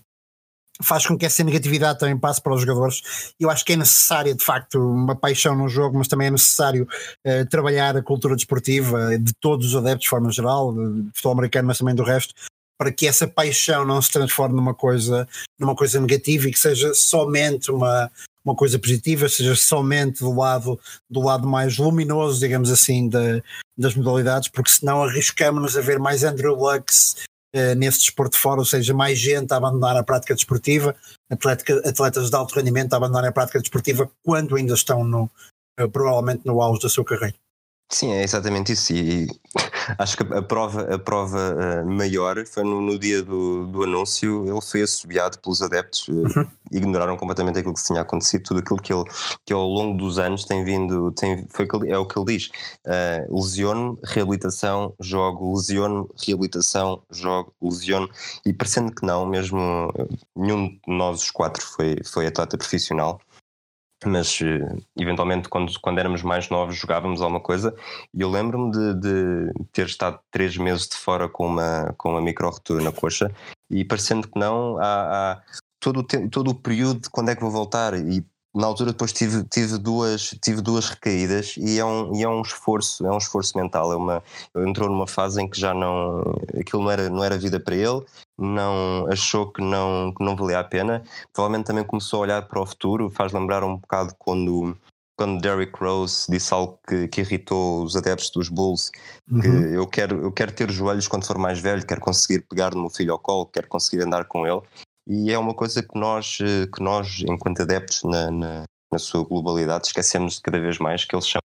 faz com que essa negatividade também passe para os jogadores. Eu acho que é necessária, de facto, uma paixão no jogo, mas também é necessário uh, trabalhar a cultura desportiva de todos os adeptos de forma geral, de futebol americano, mas também do resto, para que essa paixão não se transforme numa coisa, numa coisa negativa e que seja somente uma, uma coisa positiva, seja somente do lado, do lado mais luminoso, digamos assim, de, das modalidades, porque senão arriscamos-nos a ver mais Andrew Lucks uh, nesse desporto fora, ou seja, mais gente a abandonar a prática desportiva, atletas, atletas de alto rendimento a abandonar a prática desportiva quando ainda estão no, uh, provavelmente no auge da sua carreira. Sim, é exatamente isso, e acho que a prova, a prova uh, maior foi no, no dia do, do anúncio. Ele foi assobiado pelos adeptos, uh, uhum. ignoraram completamente aquilo que tinha acontecido, tudo aquilo que ele, que ao longo dos anos tem vindo, tem, foi, é o que ele diz, uh, lesiono, reabilitação, jogo, lesiono, reabilitação, jogo, lesiono, e parecendo que não, mesmo nenhum de nós os quatro foi, foi atleta profissional. Mas eventualmente quando, quando éramos mais novos jogávamos alguma coisa, e eu lembro-me de, de ter estado três meses de fora com uma, com uma micro-rotura na coxa, e parecendo que não, há, há todo, o tempo, todo o período de quando é que vou voltar, e na altura depois tive, tive, duas, tive duas recaídas, e é um, e é um esforço, é um esforço mental, é uma, ele entrou numa fase em que já não, aquilo não era, não era vida para ele, não, achou que não, que não valia a pena, provavelmente também começou a olhar para o futuro. Faz lembrar um bocado quando, quando Derrick Rose disse algo que, que irritou os adeptos dos Bulls, que uhum. eu, quero, eu quero ter joelhos quando for mais velho, quero conseguir pegar no meu filho ao colo, quero conseguir andar com ele. E é uma coisa que nós, que nós enquanto adeptos na, na, na sua globalidade, esquecemos cada vez mais que eles são,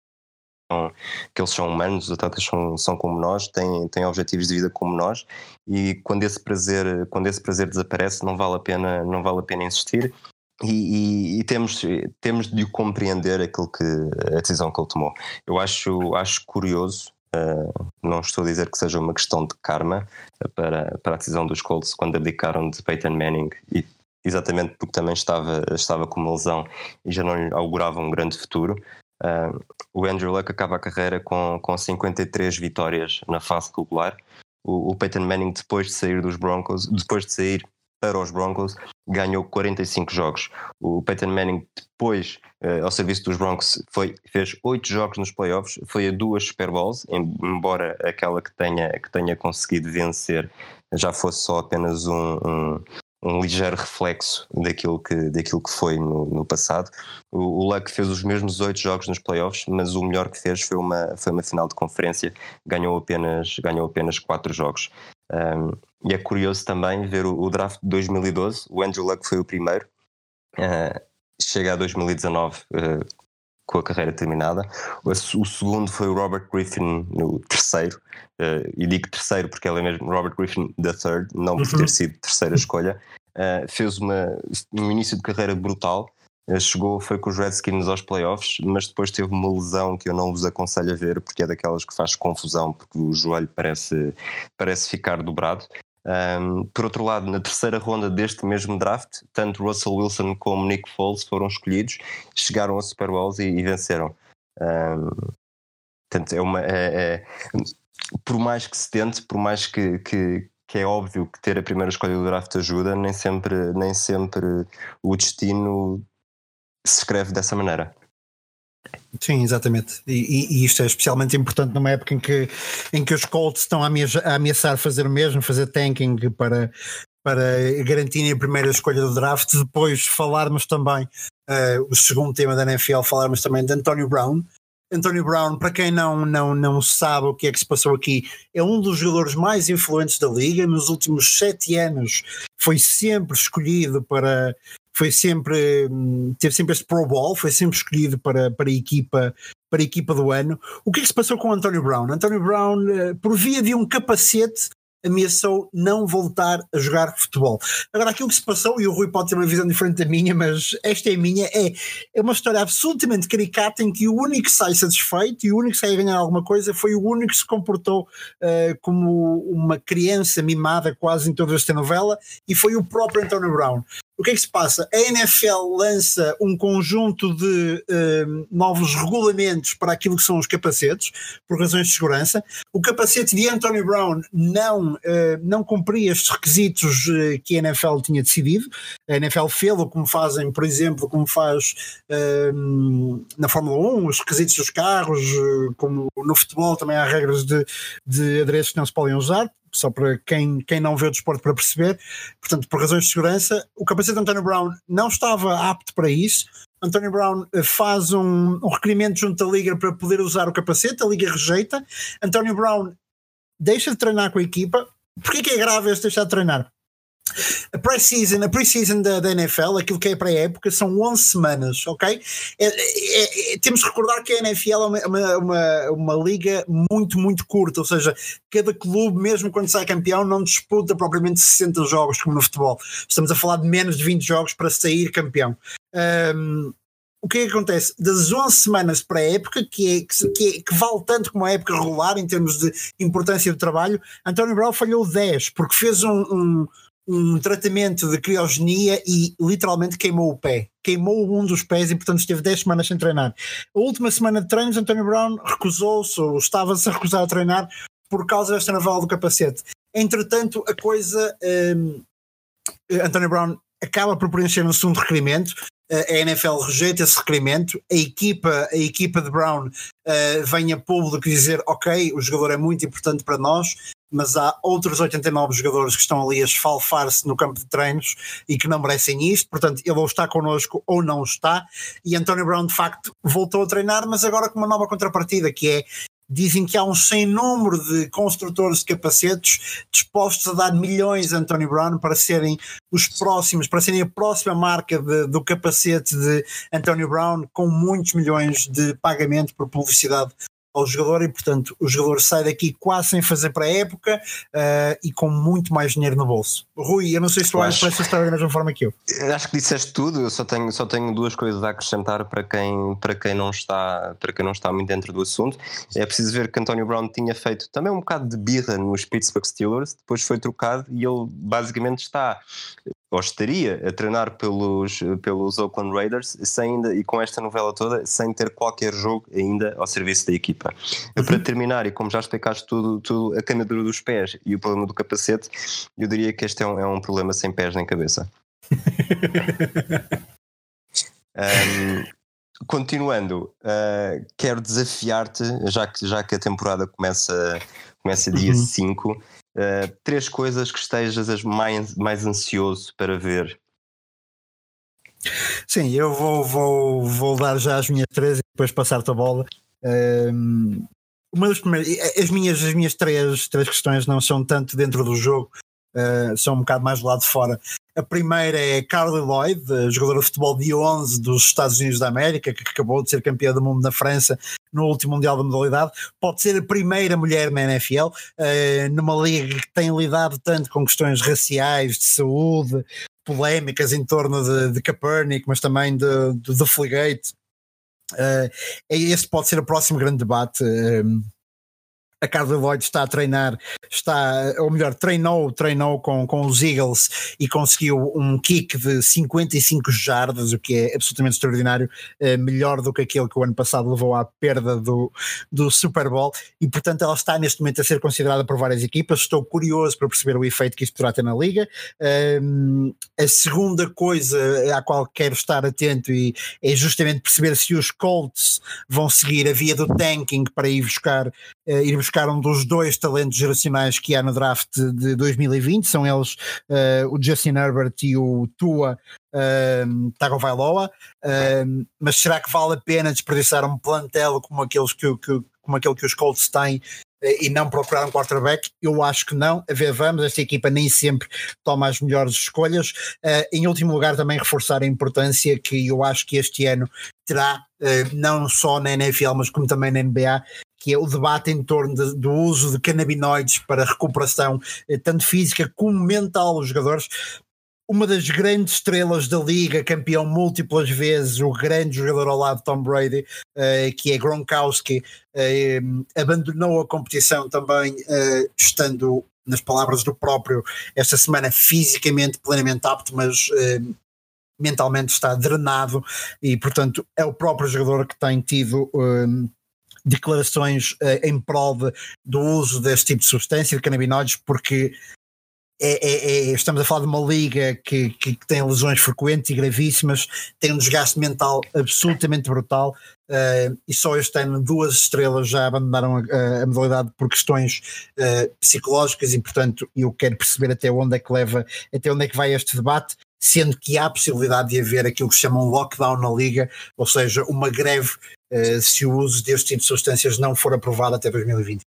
que eles são humanos, os atletas são, são como nós, têm, têm objetivos de vida como nós, e quando esse prazer, quando esse prazer desaparece, não vale a pena, não vale a pena insistir, e, e, e temos, temos de compreender aquilo que, a decisão que ele tomou. Eu acho, acho curioso. Uh, não estou a dizer que seja uma questão de karma para, para a decisão dos Colts quando abdicaram de Peyton Manning, e exatamente porque também estava, estava com uma lesão e já não lhe augurava um grande futuro. Uh, o Andrew Luck acaba a carreira com, com cinquenta e três vitórias na fase regular. O, o Peyton Manning, depois de sair dos Broncos, depois de sair para os Broncos, ganhou quarenta e cinco jogos. O Peyton Manning, depois, uh, ao serviço dos Broncos, foi, fez oito jogos nos playoffs, foi a duas Super Bowls, embora aquela que tenha, que tenha conseguido vencer já fosse só apenas um, um, um ligeiro reflexo daquilo que, daquilo que foi no, no passado. O, o Luck fez os mesmos oito jogos nos playoffs, mas o melhor que fez foi uma, foi uma final de conferência, ganhou apenas, ganhou apenas quatro jogos. Um, e é curioso também ver o, o draft de dois mil e doze. O Andrew Luck foi o primeiro, uh, chega a dois mil e dezanove uh, com a carreira terminada. O, o segundo foi o Robert Griffin, o terceiro, uh, e digo terceiro porque ele é mesmo Robert Griffin the third, não por ter sido terceira escolha. Uh, fez uma, um início de carreira brutal, chegou, foi com os Redskins aos playoffs, mas depois teve uma lesão que eu não vos aconselho a ver, porque é daquelas que faz confusão, porque o joelho parece, parece ficar dobrado. Um, por outro lado, na terceira ronda deste mesmo draft, tanto Russell Wilson como Nick Foles foram escolhidos, chegaram a Super Bowls e, e venceram. Um, portanto, é uma, é, é, por mais que se tente, por mais que, que, que é óbvio que ter a primeira escolha do draft ajuda, nem sempre, nem sempre o destino se escreve dessa maneira. Sim, exatamente. E, e isto é especialmente importante numa época em que, em que os Colts estão a ameaçar, a ameaçar fazer o mesmo, fazer tanking para, para garantirem a primeira escolha do draft. Depois falarmos também, uh, o segundo tema da N F L, falarmos também de Antonio Brown. Antonio Brown, para quem não, não, não sabe o que é que se passou aqui, é um dos jogadores mais influentes da liga. Nos últimos sete anos foi sempre escolhido para... Foi sempre, teve sempre este Pro Bowl, foi sempre escolhido para, para, a equipa, para a equipa do ano. O que é que se passou com o Antonio Brown? Antonio Brown, por via de um capacete, ameaçou não voltar a jogar futebol. Agora, aquilo que se passou, e o Rui pode ter uma visão diferente da minha, mas esta é a minha, é, é uma história absolutamente caricata em que o único que sai satisfeito e o único que sai a ganhar alguma coisa foi o único que se comportou uh, como uma criança mimada quase em toda esta novela, e foi o próprio Antonio Brown. O que é que se passa? A N F L lança um conjunto de uh, novos regulamentos para aquilo que são os capacetes, por razões de segurança. O capacete de Antonio Brown não, uh, não cumpria estes requisitos uh, que a N F L tinha decidido. A N F L fez-o como fazem, por exemplo, como faz uh, na Fórmula um, os requisitos dos carros, uh, como no futebol também há regras de, de adereços que não se podem usar. Só para quem, quem não vê o desporto para perceber. Portanto, por razões de segurança, o capacete de Antonio Brown não estava apto para isso. Antonio Brown faz um, um requerimento junto à Liga para poder usar o capacete, a Liga rejeita. Antonio Brown deixa de treinar com a equipa. Porquê que é grave este deixar de treinar? A pre-season, a pre-season da, da N F L, aquilo que é pré-época, são onze semanas, ok? É, é, é, temos que recordar que a N F L é uma, uma, uma liga muito, muito curta, ou seja, cada clube, mesmo quando sai campeão, não disputa propriamente sessenta jogos como no futebol. Estamos a falar de menos de vinte jogos para sair campeão. Um, o que é que acontece? Das onze semanas para a época, que, é, que, é, que vale tanto como a época regular em termos de importância do trabalho, Antonio Brown falhou dez, porque fez um, um um tratamento de criogenia e literalmente queimou o pé, queimou um dos pés e portanto esteve dez semanas sem treinar. A última semana de treinos, Antonio Brown recusou-se ou estava-se a recusar a treinar por causa desta novela do capacete. Entretanto, a coisa um, Antonio Brown acaba por preencher um segundo requerimento. A N F L rejeita esse requerimento, a equipa, a equipa de Brown uh, vem a público dizer ok, o jogador é muito importante para nós, mas há outros oitenta e nove jogadores que estão ali a esfalfar-se no campo de treinos e que não merecem isto, portanto ele ou está connosco ou não está, e Antonio Brown de facto voltou a treinar, mas agora com uma nova contrapartida, que é, dizem que há um sem número de construtores de capacetes dispostos a dar milhões a Antonio Brown para serem os próximos, para serem a próxima marca de, do capacete de Antonio Brown, com muitos milhões de pagamento por publicidade ao jogador, e portanto o jogador sai daqui quase sem fazer para a época uh, e com muito mais dinheiro no bolso. Rui, eu não sei se tu olhas para essa história da mesma forma que eu. Acho que disseste tudo. Eu só tenho, só tenho duas coisas a acrescentar para quem, para, quem não está, para quem não está muito dentro do assunto. É preciso ver que Antonio Brown tinha feito também um bocado de birra nos Pittsburgh Steelers, depois foi trocado e ele basicamente está, ou estaria a treinar pelos, pelos Oakland Raiders sem ainda, e com esta novela toda, sem ter qualquer jogo ainda ao serviço da equipa. Uhum. Para terminar, e como já explicaste tudo, tudo, a queimadura dos pés e o problema do capacete, eu diria que este é um, é um problema sem pés nem cabeça. um, continuando, uh, quero desafiar-te, já que, já que a temporada começa, começa dia uhum. cinco, Uh, três coisas que estejas mais, mais ansioso para ver. Sim, eu vou, vou, vou dar já as minhas três e depois passar-te a bola. Um, uma das primeiras, as minhas, as minhas três, três questões não são tanto dentro do jogo, uh, são um bocado mais do lado de fora. A primeira é Carly Lloyd, jogadora de futebol de onze dos Estados Unidos da América, que acabou de ser campeã do mundo na França no último Mundial da Modalidade. Pode ser a primeira mulher na N F L, uh, numa liga que tem lidado tanto com questões raciais, de saúde, polémicas em torno de, de Kaepernick, mas também de, de, de Fligate. Uh, este pode ser o próximo grande debate. Um, a Carly Lloyd está a treinar, está, ou melhor, treinou, treinou com, com os Eagles e conseguiu um kick de cinquenta e cinco jardas, o que é absolutamente extraordinário, uh, melhor do que aquele que o ano passado levou à perda do, do Super Bowl, e portanto ela está neste momento a ser considerada por várias equipas. Estou curioso para perceber o efeito que isto poderá ter na liga. Um, a segunda coisa à qual quero estar atento e é justamente perceber se os Colts vão seguir a via do tanking para ir buscar, uh, ir buscar um dos dois talentos geracionais que há no draft de dois mil e vinte, são eles uh, o Justin Herbert e o Tua uh, Tagovailoa, uh, mas será que vale a pena desperdiçar um plantel como, aqueles que, que, como aquele que os Colts têm e não procurar um quarterback? Eu acho que não. A ver, vamos, esta equipa nem sempre toma as melhores escolhas. Uh, em último lugar, também reforçar a importância que eu acho que este ano terá, uh, não só na N F L, mas como também na N B A, que é o debate em torno de, do uso de canabinoides para recuperação, uh, tanto física como mental dos jogadores. Uma das grandes estrelas da liga, campeão múltiplas vezes, o grande jogador ao lado de Tom Brady, uh, que é Gronkowski, uh, abandonou a competição também, uh, estando, nas palavras do próprio, esta semana fisicamente plenamente apto, mas uh, mentalmente está drenado, e portanto é o próprio jogador que tem tido uh, declarações uh, em prol de, do uso deste tipo de substância, de canabinoides, porque É, é, é, estamos a falar de uma liga que, que, que tem lesões frequentes e gravíssimas, tem um desgaste mental absolutamente brutal, uh, e só este ano duas estrelas já abandonaram a, a modalidade por questões uh, psicológicas, e portanto eu quero perceber até onde é que leva, até onde é que vai este debate, sendo que há a possibilidade de haver aquilo que se chama um lockdown na liga, ou seja, uma greve uh, se o uso deste tipo de substâncias não for aprovado até dois mil e vinte.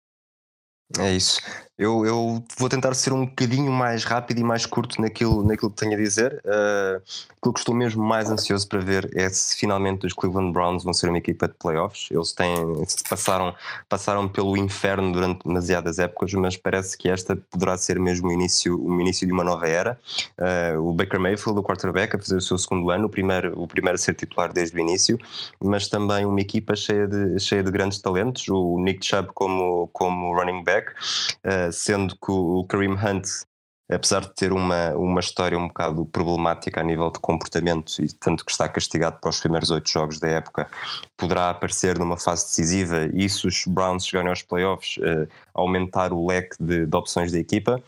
É isso. Eu, eu vou tentar ser um bocadinho mais rápido e mais curto naquilo, naquilo que tenho a dizer. Uh, aquilo que estou mesmo mais ansioso para ver é se finalmente os Cleveland Browns vão ser uma equipa de playoffs. Eles têm, passaram, passaram pelo inferno durante demasiadas épocas, mas parece que esta poderá ser mesmo o início, o início de uma nova era. Uh, o Baker Mayfield, o quarterback, a fazer o seu segundo ano, o primeiro, o primeiro a ser titular desde o início, mas também uma equipa cheia de, cheia de grandes talentos. O Nick Chubb como, como running back, uh, sendo que o Kareem Hunt, apesar de ter uma, uma história um bocado problemática a nível de comportamento, e tanto que está castigado para os primeiros oito jogos da época, poderá aparecer numa fase decisiva, e se os Browns chegarem aos playoffs, uh, aumentar o leque de, de opções da equipa.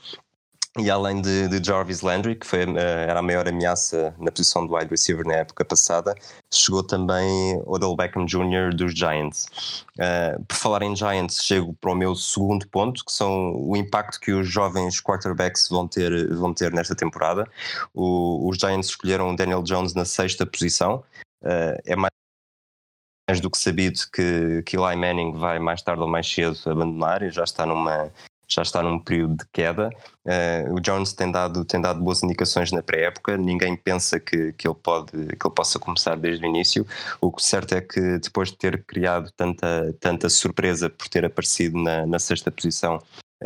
E além de, de Jarvis Landry, que foi, uh, era a maior ameaça na posição de wide receiver na época passada, chegou também Odell Beckham Júnior dos Giants. Uh, por falar em Giants, chego para o meu segundo ponto, que são o impacto que os jovens quarterbacks vão ter, vão ter nesta temporada. O, os Giants escolheram Daniel Jones na sexta posição. Uh, é mais mais do que sabido que, que Eli Manning vai mais tarde ou mais cedo abandonar e já está numa... já está num período de queda. Uh, o Jones tem dado, tem dado boas indicações na pré-época, ninguém pensa que, que, ele pode, que ele possa começar desde o início. O que certo é que depois de ter criado tanta, tanta surpresa por ter aparecido na, na sexta posição,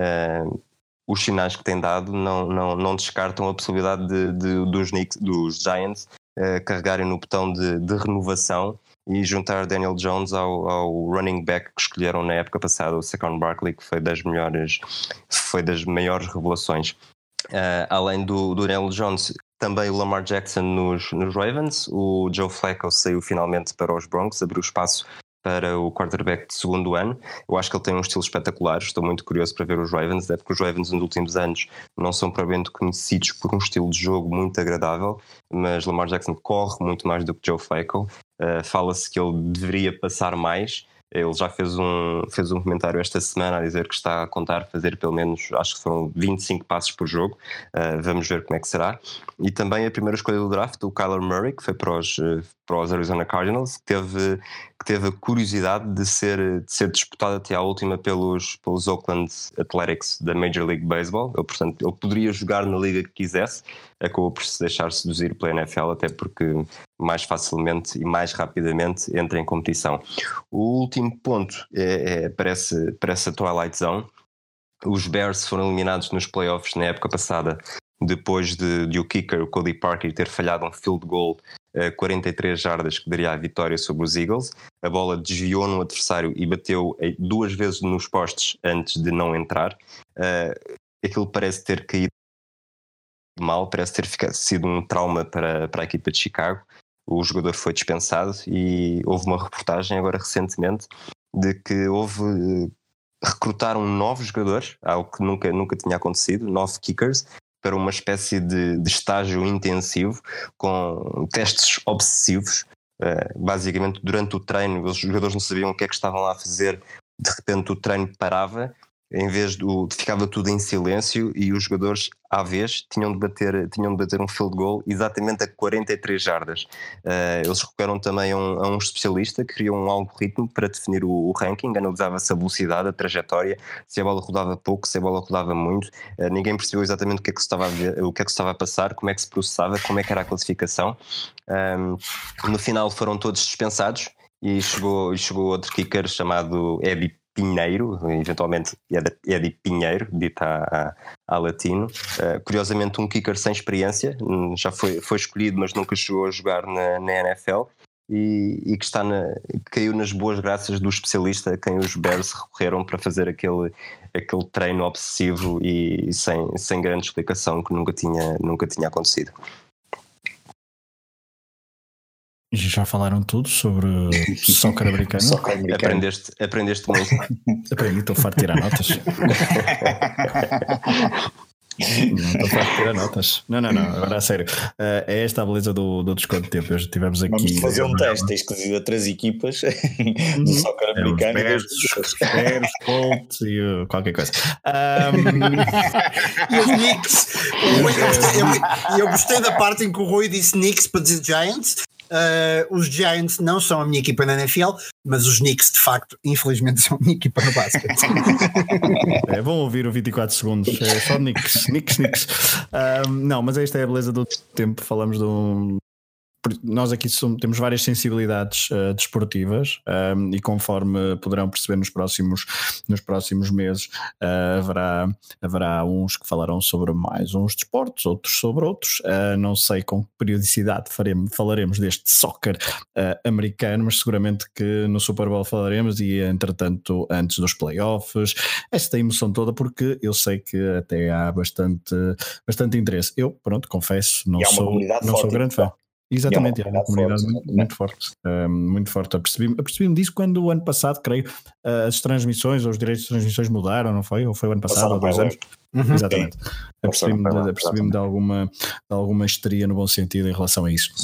uh, os sinais que tem dado não, não, não descartam a possibilidade de, de, dos, Knicks, dos Giants uh, carregarem no botão de, de renovação e juntar Daniel Jones ao, ao running back que escolheram na época passada, o Saquon Barkley, que foi das melhores, foi das maiores revelações. Uh, além do, do Daniel Jones, também o Lamar Jackson nos, nos Ravens. O Joe Flacco saiu finalmente para os Broncos, abriu espaço para o quarterback de segundo ano. Eu acho que ele tem um estilo espetacular, estou muito curioso para ver os Ravens, até porque os Ravens nos últimos anos não são propriamente conhecidos por um estilo de jogo muito agradável, mas Lamar Jackson corre muito mais do que Joe Flacco. Uh, fala-se que ele deveria passar mais. Ele já fez um, fez um comentário esta semana a dizer que está a contar fazer pelo menos, acho que foram vinte e cinco passos por jogo. Uh, vamos ver como é que será. E também a primeira escolha do draft, o Kyler Murray, que foi para os, para os Arizona Cardinals, que teve, que teve a curiosidade de ser, de ser disputado até à última pelos, pelos Oakland Athletics da Major League Baseball. Ele, portanto, ele poderia jogar na liga que quisesse, acabou por se deixar seduzir pela N F L, até porque mais facilmente e mais rapidamente entra em competição. O último ponto é, é, parece, parece a Twilight Zone. Os Bears foram eliminados nos playoffs na época passada depois de, de o kicker, o Cody Parkey, ter falhado um field goal uh, quarenta e três jardas que daria a vitória sobre os Eagles. A bola desviou no adversário e bateu duas vezes nos postes antes de não entrar. Uh, aquilo parece ter caído mal, parece ter ficado, sido um trauma para, para a equipa de Chicago. O jogador foi dispensado e houve uma reportagem agora recentemente de que houve... recrutaram novos jogadores, algo que nunca, nunca tinha acontecido, nove kickers, para uma espécie de, de estágio intensivo com testes obsessivos. Uh, basicamente, durante o treino, os jogadores não sabiam o que é que estavam lá a fazer, de repente o treino parava, em vez do, ficava tudo em silêncio e os jogadores, à vez, tinham de bater, tinham de bater um field goal exatamente a quarenta e três jardas. Uh, eles recorreram também a um, a um especialista que criou um algoritmo para definir o, o ranking, analisava-se a velocidade, a trajetória, se a bola rodava pouco, se a bola rodava muito. Uh, ninguém percebeu exatamente o que é que se estava a ver, o que é que se estava a passar, como é que se processava, como é que era a classificação. Um, no final foram todos dispensados e chegou, e chegou outro kicker chamado Eddie Pinheiro, eventualmente Eddie Pinheiro, dito a, a, a latino. Uh, curiosamente um kicker sem experiência, já foi, foi escolhido mas nunca chegou a jogar na, na N F L e, e que está na, caiu nas boas graças do especialista a quem os Bears recorreram para fazer aquele, aquele treino obsessivo e sem, sem grande explicação que nunca tinha, nunca tinha acontecido. Já falaram tudo sobre soccer americano? Soccer americano. Aprendeste, aprendeste muito. Aprendi, estou farto de tirar notas. Não estou farto de tirar notas. Não, não, não, agora a sério. Uh, é esta a beleza do, do desconto de tempo. Hoje tivemos aqui. Vamos fazer um teste, tens que dizer a três equipas do soccer é, americano. Os Bears, Colts e uh, qualquer coisa. Um... E os Knicks. Eu gostei, eu, eu gostei da parte em que o Rui disse Knicks para dizer Giants. Uh, os Giants não são a minha equipa na N F L, mas os Knicks de facto infelizmente são a minha equipa no basquete. É bom ouvir o vinte e quatro segundos, é só Knicks, Knicks, Knicks. Um, não, mas esta é a beleza do tempo. Falamos de um... Nós aqui somos, temos várias sensibilidades uh, desportivas um, e conforme poderão perceber nos próximos, nos próximos meses uh, haverá, haverá uns que falarão sobre mais uns desportos, outros sobre outros. Uh, não sei com que periodicidade faremos, falaremos deste soccer uh, americano, mas seguramente que no Super Bowl falaremos e entretanto antes dos playoffs, esta emoção toda, porque eu sei que até há bastante, bastante interesse. Eu, pronto, confesso, não sou, não sou grande fã. Exatamente, é uma comunidade forte, muito, muito forte, uh, muito forte. Apercebi-me, apercebi-me disso quando o ano passado, creio, uh, as transmissões, ou os direitos de transmissões mudaram, não foi? Ou foi o ano passado, ou dois anos? Uhum. Exatamente. Apercebi-me, de, apercebi-me de, alguma, de alguma histeria no bom sentido em relação a isso.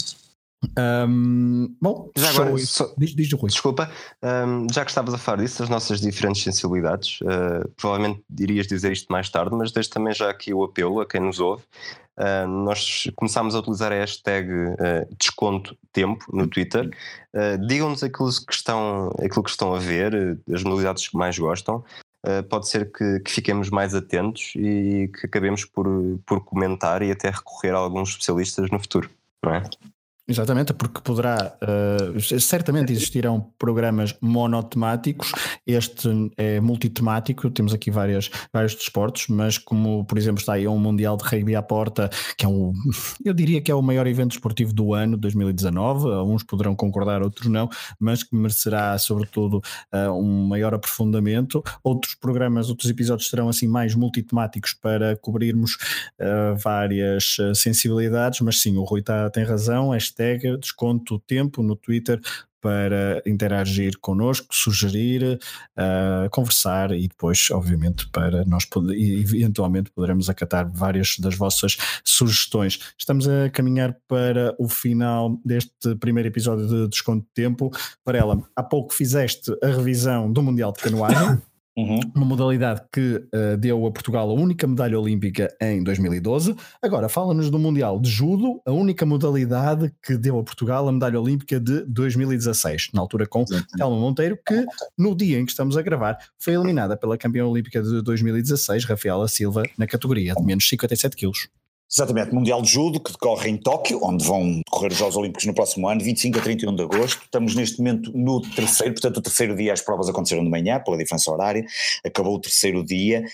Um, bom, já agora, só, diz, diz o Rui. Desculpa, um, já que estavas a falar disso, das nossas diferentes sensibilidades, uh, provavelmente irias dizer isto mais tarde, mas deixo também já aqui o apelo a quem nos ouve. Uh, nós começámos a utilizar a hashtag uh, desconto tempo no Twitter. Uh, digam-nos aquilo que, estão, aquilo que estão a ver, as modalidades que mais gostam. Uh, pode ser que, que fiquemos mais atentos e que acabemos por, por comentar e até recorrer a alguns especialistas no futuro, não é? Exatamente, porque poderá, uh, certamente existirão programas monotemáticos, este é multitemático, temos aqui várias, vários desportos, mas como por exemplo está aí um Mundial de Rugby à porta, que é um, eu diria que é o maior evento desportivo do ano, dois mil e dezanove, uns poderão concordar, outros não, mas que merecerá sobretudo uh, um maior aprofundamento. Outros programas, outros episódios serão assim mais multitemáticos para cobrirmos uh, várias uh, sensibilidades, mas sim, o Rui tá, tem razão, hashtag desconto tempo no Twitter para interagir connosco, sugerir, uh, conversar e depois, obviamente, para nós poder, eventualmente poderemos acatar várias das vossas sugestões. Estamos a caminhar para o final deste primeiro episódio de Desconto de Tempo. Varela, há pouco fizeste a revisão do Mundial de Canoagem. Uhum. Uma modalidade que uh, deu a Portugal a única medalha olímpica em dois mil e doze. Agora fala-nos do Mundial de Judo, a única modalidade que deu a Portugal a medalha olímpica de dois mil e dezasseis, na altura com Telma Monteiro, que no dia em que estamos a gravar foi eliminada pela campeã olímpica de dois mil e dezasseis, Rafaela Silva, na categoria de menos cinquenta e sete quilos. Exatamente, Mundial de Judo, que decorre em Tóquio, onde vão decorrer os Jogos Olímpicos no próximo ano, vinte e cinco a trinta e um de agosto. Estamos neste momento no terceiro, portanto o terceiro dia as provas aconteceram de manhã, pela diferença horária, acabou o terceiro dia.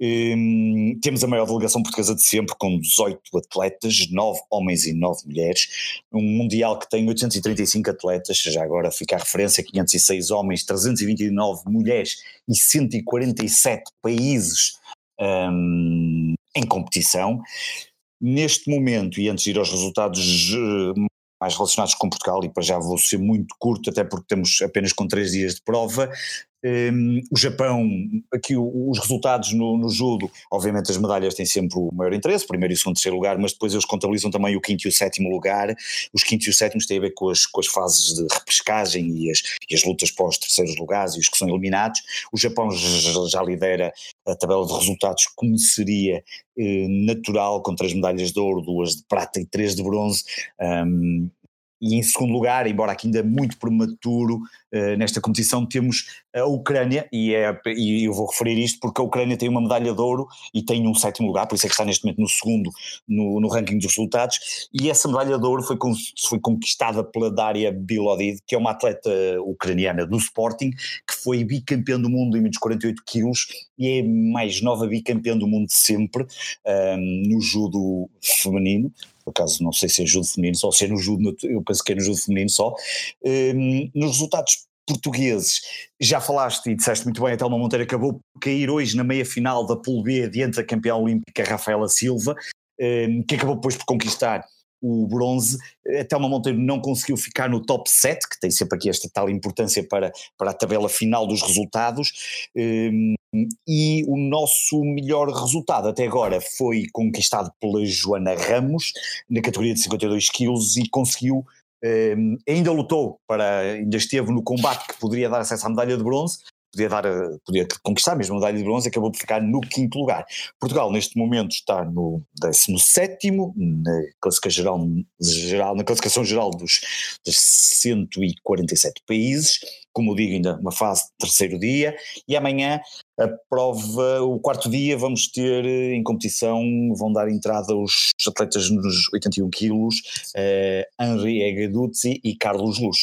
Hum, temos a maior delegação portuguesa de sempre, com dezoito atletas, nove homens e nove mulheres. Um Mundial que tem oitocentos e trinta e cinco atletas, já agora fica a referência, quinhentos e seis homens, trezentos e vinte e nove mulheres e cento e quarenta e sete países hum, em competição. Neste momento, e antes de ir aos resultados uh, mais relacionados com Portugal, e para já vou ser muito curto, até porque estamos apenas com três dias de prova, um, o Japão, aqui o, os resultados no, no judo, obviamente as medalhas têm sempre o maior interesse, primeiro, segundo, terceiro lugar, mas depois eles contabilizam também o quinto e o sétimo lugar. Os quintos e os sétimos têm a ver com as, com as fases de repescagem e as, e as lutas para os terceiros lugares e os que são eliminados. O Japão já, já lidera a tabela de resultados como seria eh, natural, com três medalhas de ouro, duas de prata e três de bronze. Um, E em segundo lugar, embora aqui ainda muito prematuro uh, nesta competição, temos a Ucrânia, e, é, e eu vou referir isto porque a Ucrânia tem uma medalha de ouro e tem um sétimo lugar, por isso é que está neste momento no segundo no, no ranking dos resultados, e essa medalha de ouro foi, con- foi conquistada pela Daria Bilodid, que é uma atleta ucraniana do Sporting, que foi bicampeã do mundo em menos quarenta e oito quilos e é a mais nova bicampeã do mundo de sempre um, no judo feminino. Por acaso não sei se é judo feminino só, se é no judo, eu penso que é no judo feminino só. Um, nos resultados portugueses, já falaste e disseste muito bem, a Telma Monteiro acabou por cair hoje na meia-final da Pool B diante da campeã olímpica Rafaela Silva, um, que acabou depois por conquistar o bronze. A Telma Monteiro não conseguiu ficar no top sete, que tem sempre aqui esta tal importância para, para a tabela final dos resultados, um, e o nosso melhor resultado até agora foi conquistado pela Joana Ramos, na categoria de cinquenta e dois quilos, e conseguiu, um, ainda lutou, para, ainda esteve no combate que poderia dar acesso à medalha de bronze, podia, dar, podia conquistar mesmo a medalha de bronze, acabou por ficar no quinto lugar. Portugal neste momento está no décimo sétimo na classificação geral, geral, na classificação geral dos, dos cento e quarenta e sete países, como eu digo, ainda uma fase de terceiro dia, e amanhã a prova, o quarto dia, vamos ter em competição, vão dar entrada os atletas nos oitenta e um quilos, eh, Henri Egaduzzi e Carlos Luz.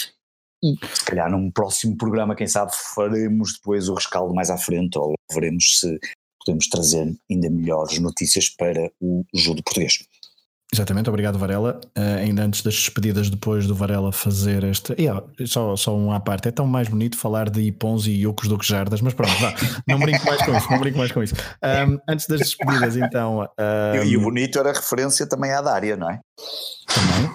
E se calhar num próximo programa, quem sabe, faremos depois o rescaldo mais à frente, ou veremos se podemos trazer ainda melhores notícias para o judo português. Exatamente, obrigado Varela. Uh, ainda antes das despedidas, depois do Varela fazer este. Yeah, só, só um à parte, é tão mais bonito falar de Ipons e Yokos do que Jardas, mas pronto, vá, não brinco mais com isso, não brinco mais com isso. Um, antes das despedidas, então. Um... E, e o bonito era referência também à Dária, não é? Também.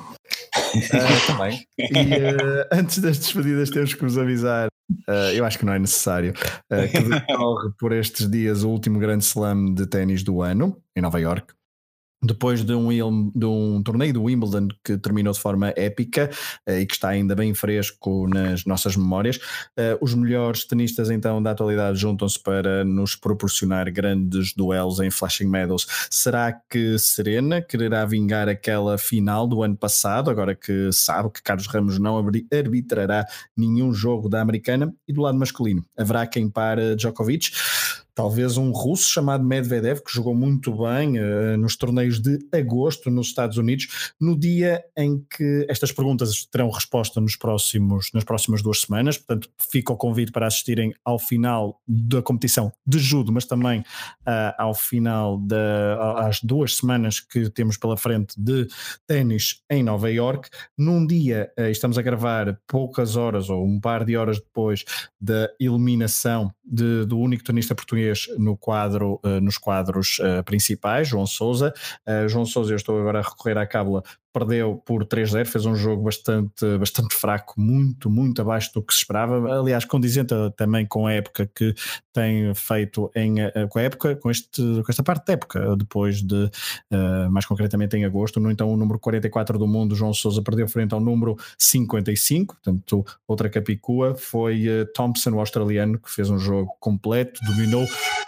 Uh, também. E uh, antes das despedidas, temos que vos avisar. Uh, eu acho que não é necessário, uh, que decorre por estes dias o último grande slam de ténis do ano, em Nova Iorque. Depois de um, de um torneio do Wimbledon que terminou de forma épica uh, e que está ainda bem fresco nas nossas memórias, uh, os melhores tenistas então da atualidade juntam-se para nos proporcionar grandes duelos em Flushing Meadows. Será que Serena quererá vingar aquela final do ano passado, agora que sabe que Carlos Ramos não arbitrará nenhum jogo da americana? E do lado masculino, haverá quem pare Djokovic? Talvez um russo chamado Medvedev, que jogou muito bem uh, nos torneios de agosto nos Estados Unidos, no dia em que estas perguntas terão resposta nos próximos, nas próximas duas semanas. Portanto, fica o convite para assistirem ao final da competição de judo, mas também uh, ao final das duas semanas que temos pela frente de ténis em Nova Iorque. Num dia, uh, estamos a gravar poucas horas ou um par de horas depois da eliminação de, do único tenista português no quadro, uh, nos quadros uh, principais, João Sousa. Uh, João Sousa, eu estou agora a recorrer à cábula, perdeu por três a zero, fez um jogo bastante, bastante fraco, muito, muito abaixo do que se esperava, aliás condizente também com a época que tem feito em, com a época, com, este, com esta parte da época, depois de, uh, mais concretamente em agosto. No então o número quarenta e quatro do mundo, João Sousa, perdeu frente ao número cinquenta e cinco, portanto outra capicua, foi uh, Thompson, o australiano, que fez um jogo completo, dominou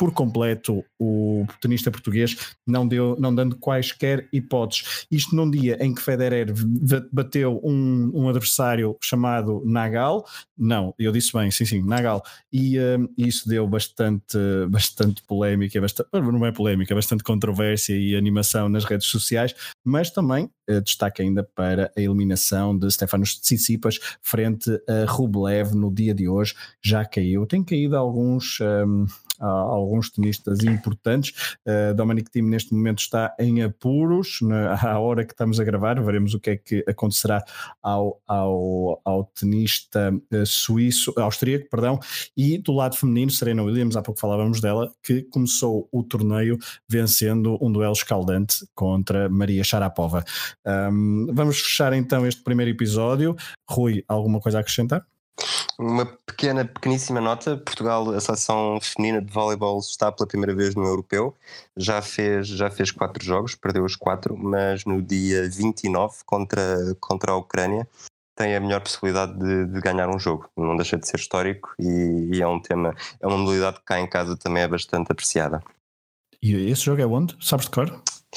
por completo o tenista português, não, deu, não dando quaisquer hipóteses. Isto num dia em que Federer bateu um, um adversário chamado Nagal, não, eu disse bem, sim, sim, Nagal, e um, isso deu bastante, bastante polémica, bastante, não é polémica, bastante controvérsia e animação nas redes sociais, mas também uh, destaque ainda para a eliminação de Stefanos Tsitsipas frente a Rublev no dia de hoje. Já caiu, tem caído alguns... Um, Há alguns tenistas importantes. uh, Dominic Thiem neste momento está em apuros na, à hora que estamos a gravar, veremos o que é que acontecerá ao, ao, ao tenista uh, suíço, austríaco, perdão. E do lado feminino, Serena Williams, há pouco falávamos dela, que começou o torneio vencendo um duelo escaldante contra Maria Sharapova. Um, vamos fechar então este primeiro episódio. Rui, alguma coisa a acrescentar? Uma pequena, pequeníssima nota. Portugal, a seleção feminina de voleibol, está pela primeira vez no europeu, já fez, já fez quatro jogos, perdeu os quatro, mas no dia vinte e nove contra, contra a Ucrânia tem a melhor possibilidade de, de ganhar um jogo. Não deixa de ser histórico e, e é um tema, é uma modalidade que cá em casa também é bastante apreciada. E esse jogo é onde? Sabes de cor?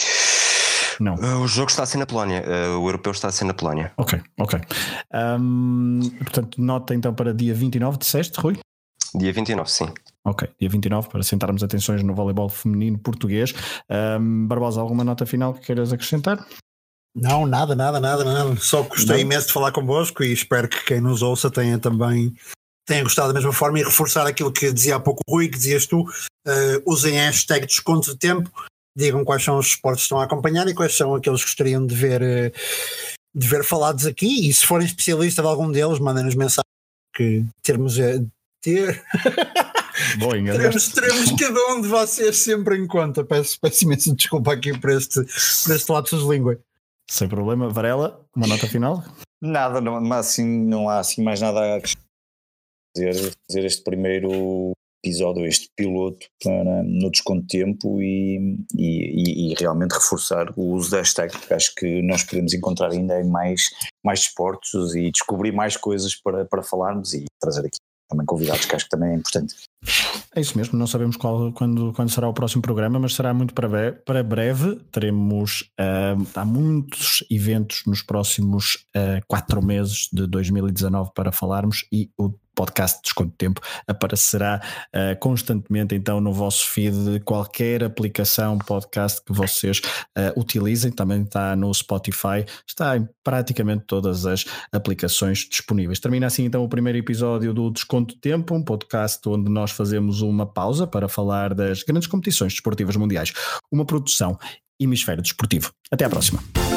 Não. Uh, o jogo está a ser na Polónia, uh, o europeu está a ser na Polónia. Ok, ok. Um, portanto, nota então para dia vinte e nove, disseste, Rui? Dia vinte e nove, sim. Ok, dia vinte e nove, para sentarmos atenções no voleibol feminino português. Um, Barbosa, alguma nota final que queiras acrescentar? Não, nada, nada, nada, nada. Só gostei Não. imenso de falar convosco e espero que quem nos ouça tenha também tenha gostado da mesma forma e reforçar aquilo que dizia há pouco o Rui, que dizias tu, uh, usem a hashtag desconto de tempo. Digam quais são os esportes que estão a acompanhar e quais são aqueles que gostariam de ver, de ver falados aqui. E se forem especialistas de algum deles, mandem-nos mensagem que termos a ter. Bom, teremos, teremos cada um de vocês sempre em conta. Peço, peço imenso desculpa aqui por este, por este lapsus de língua. Sem problema. Varela, uma nota final? Nada, não, assim, não há assim mais nada a fazer, fazer este primeiro episódio, este piloto para, no desconto de tempo e, e, e realmente reforçar o uso da hashtag, porque acho que nós podemos encontrar ainda mais, mais desportos e descobrir mais coisas para, para falarmos e trazer aqui também convidados, que acho que também é importante. É isso mesmo, não sabemos qual, quando, quando será o próximo programa, mas será muito para breve. Para breve teremos uh, há muitos eventos nos próximos uh, quatro meses de dois mil e dezanove para falarmos e o podcast Desconto de Tempo aparecerá uh, constantemente então no vosso feed de qualquer aplicação podcast que vocês uh, utilizem. Também está no Spotify, está em praticamente todas as aplicações disponíveis. Termina assim então o primeiro episódio do Desconto de Tempo, um podcast onde nós fazemos uma pausa para falar das grandes competições desportivas mundiais, uma produção Hemisfério Desportivo. Até à próxima.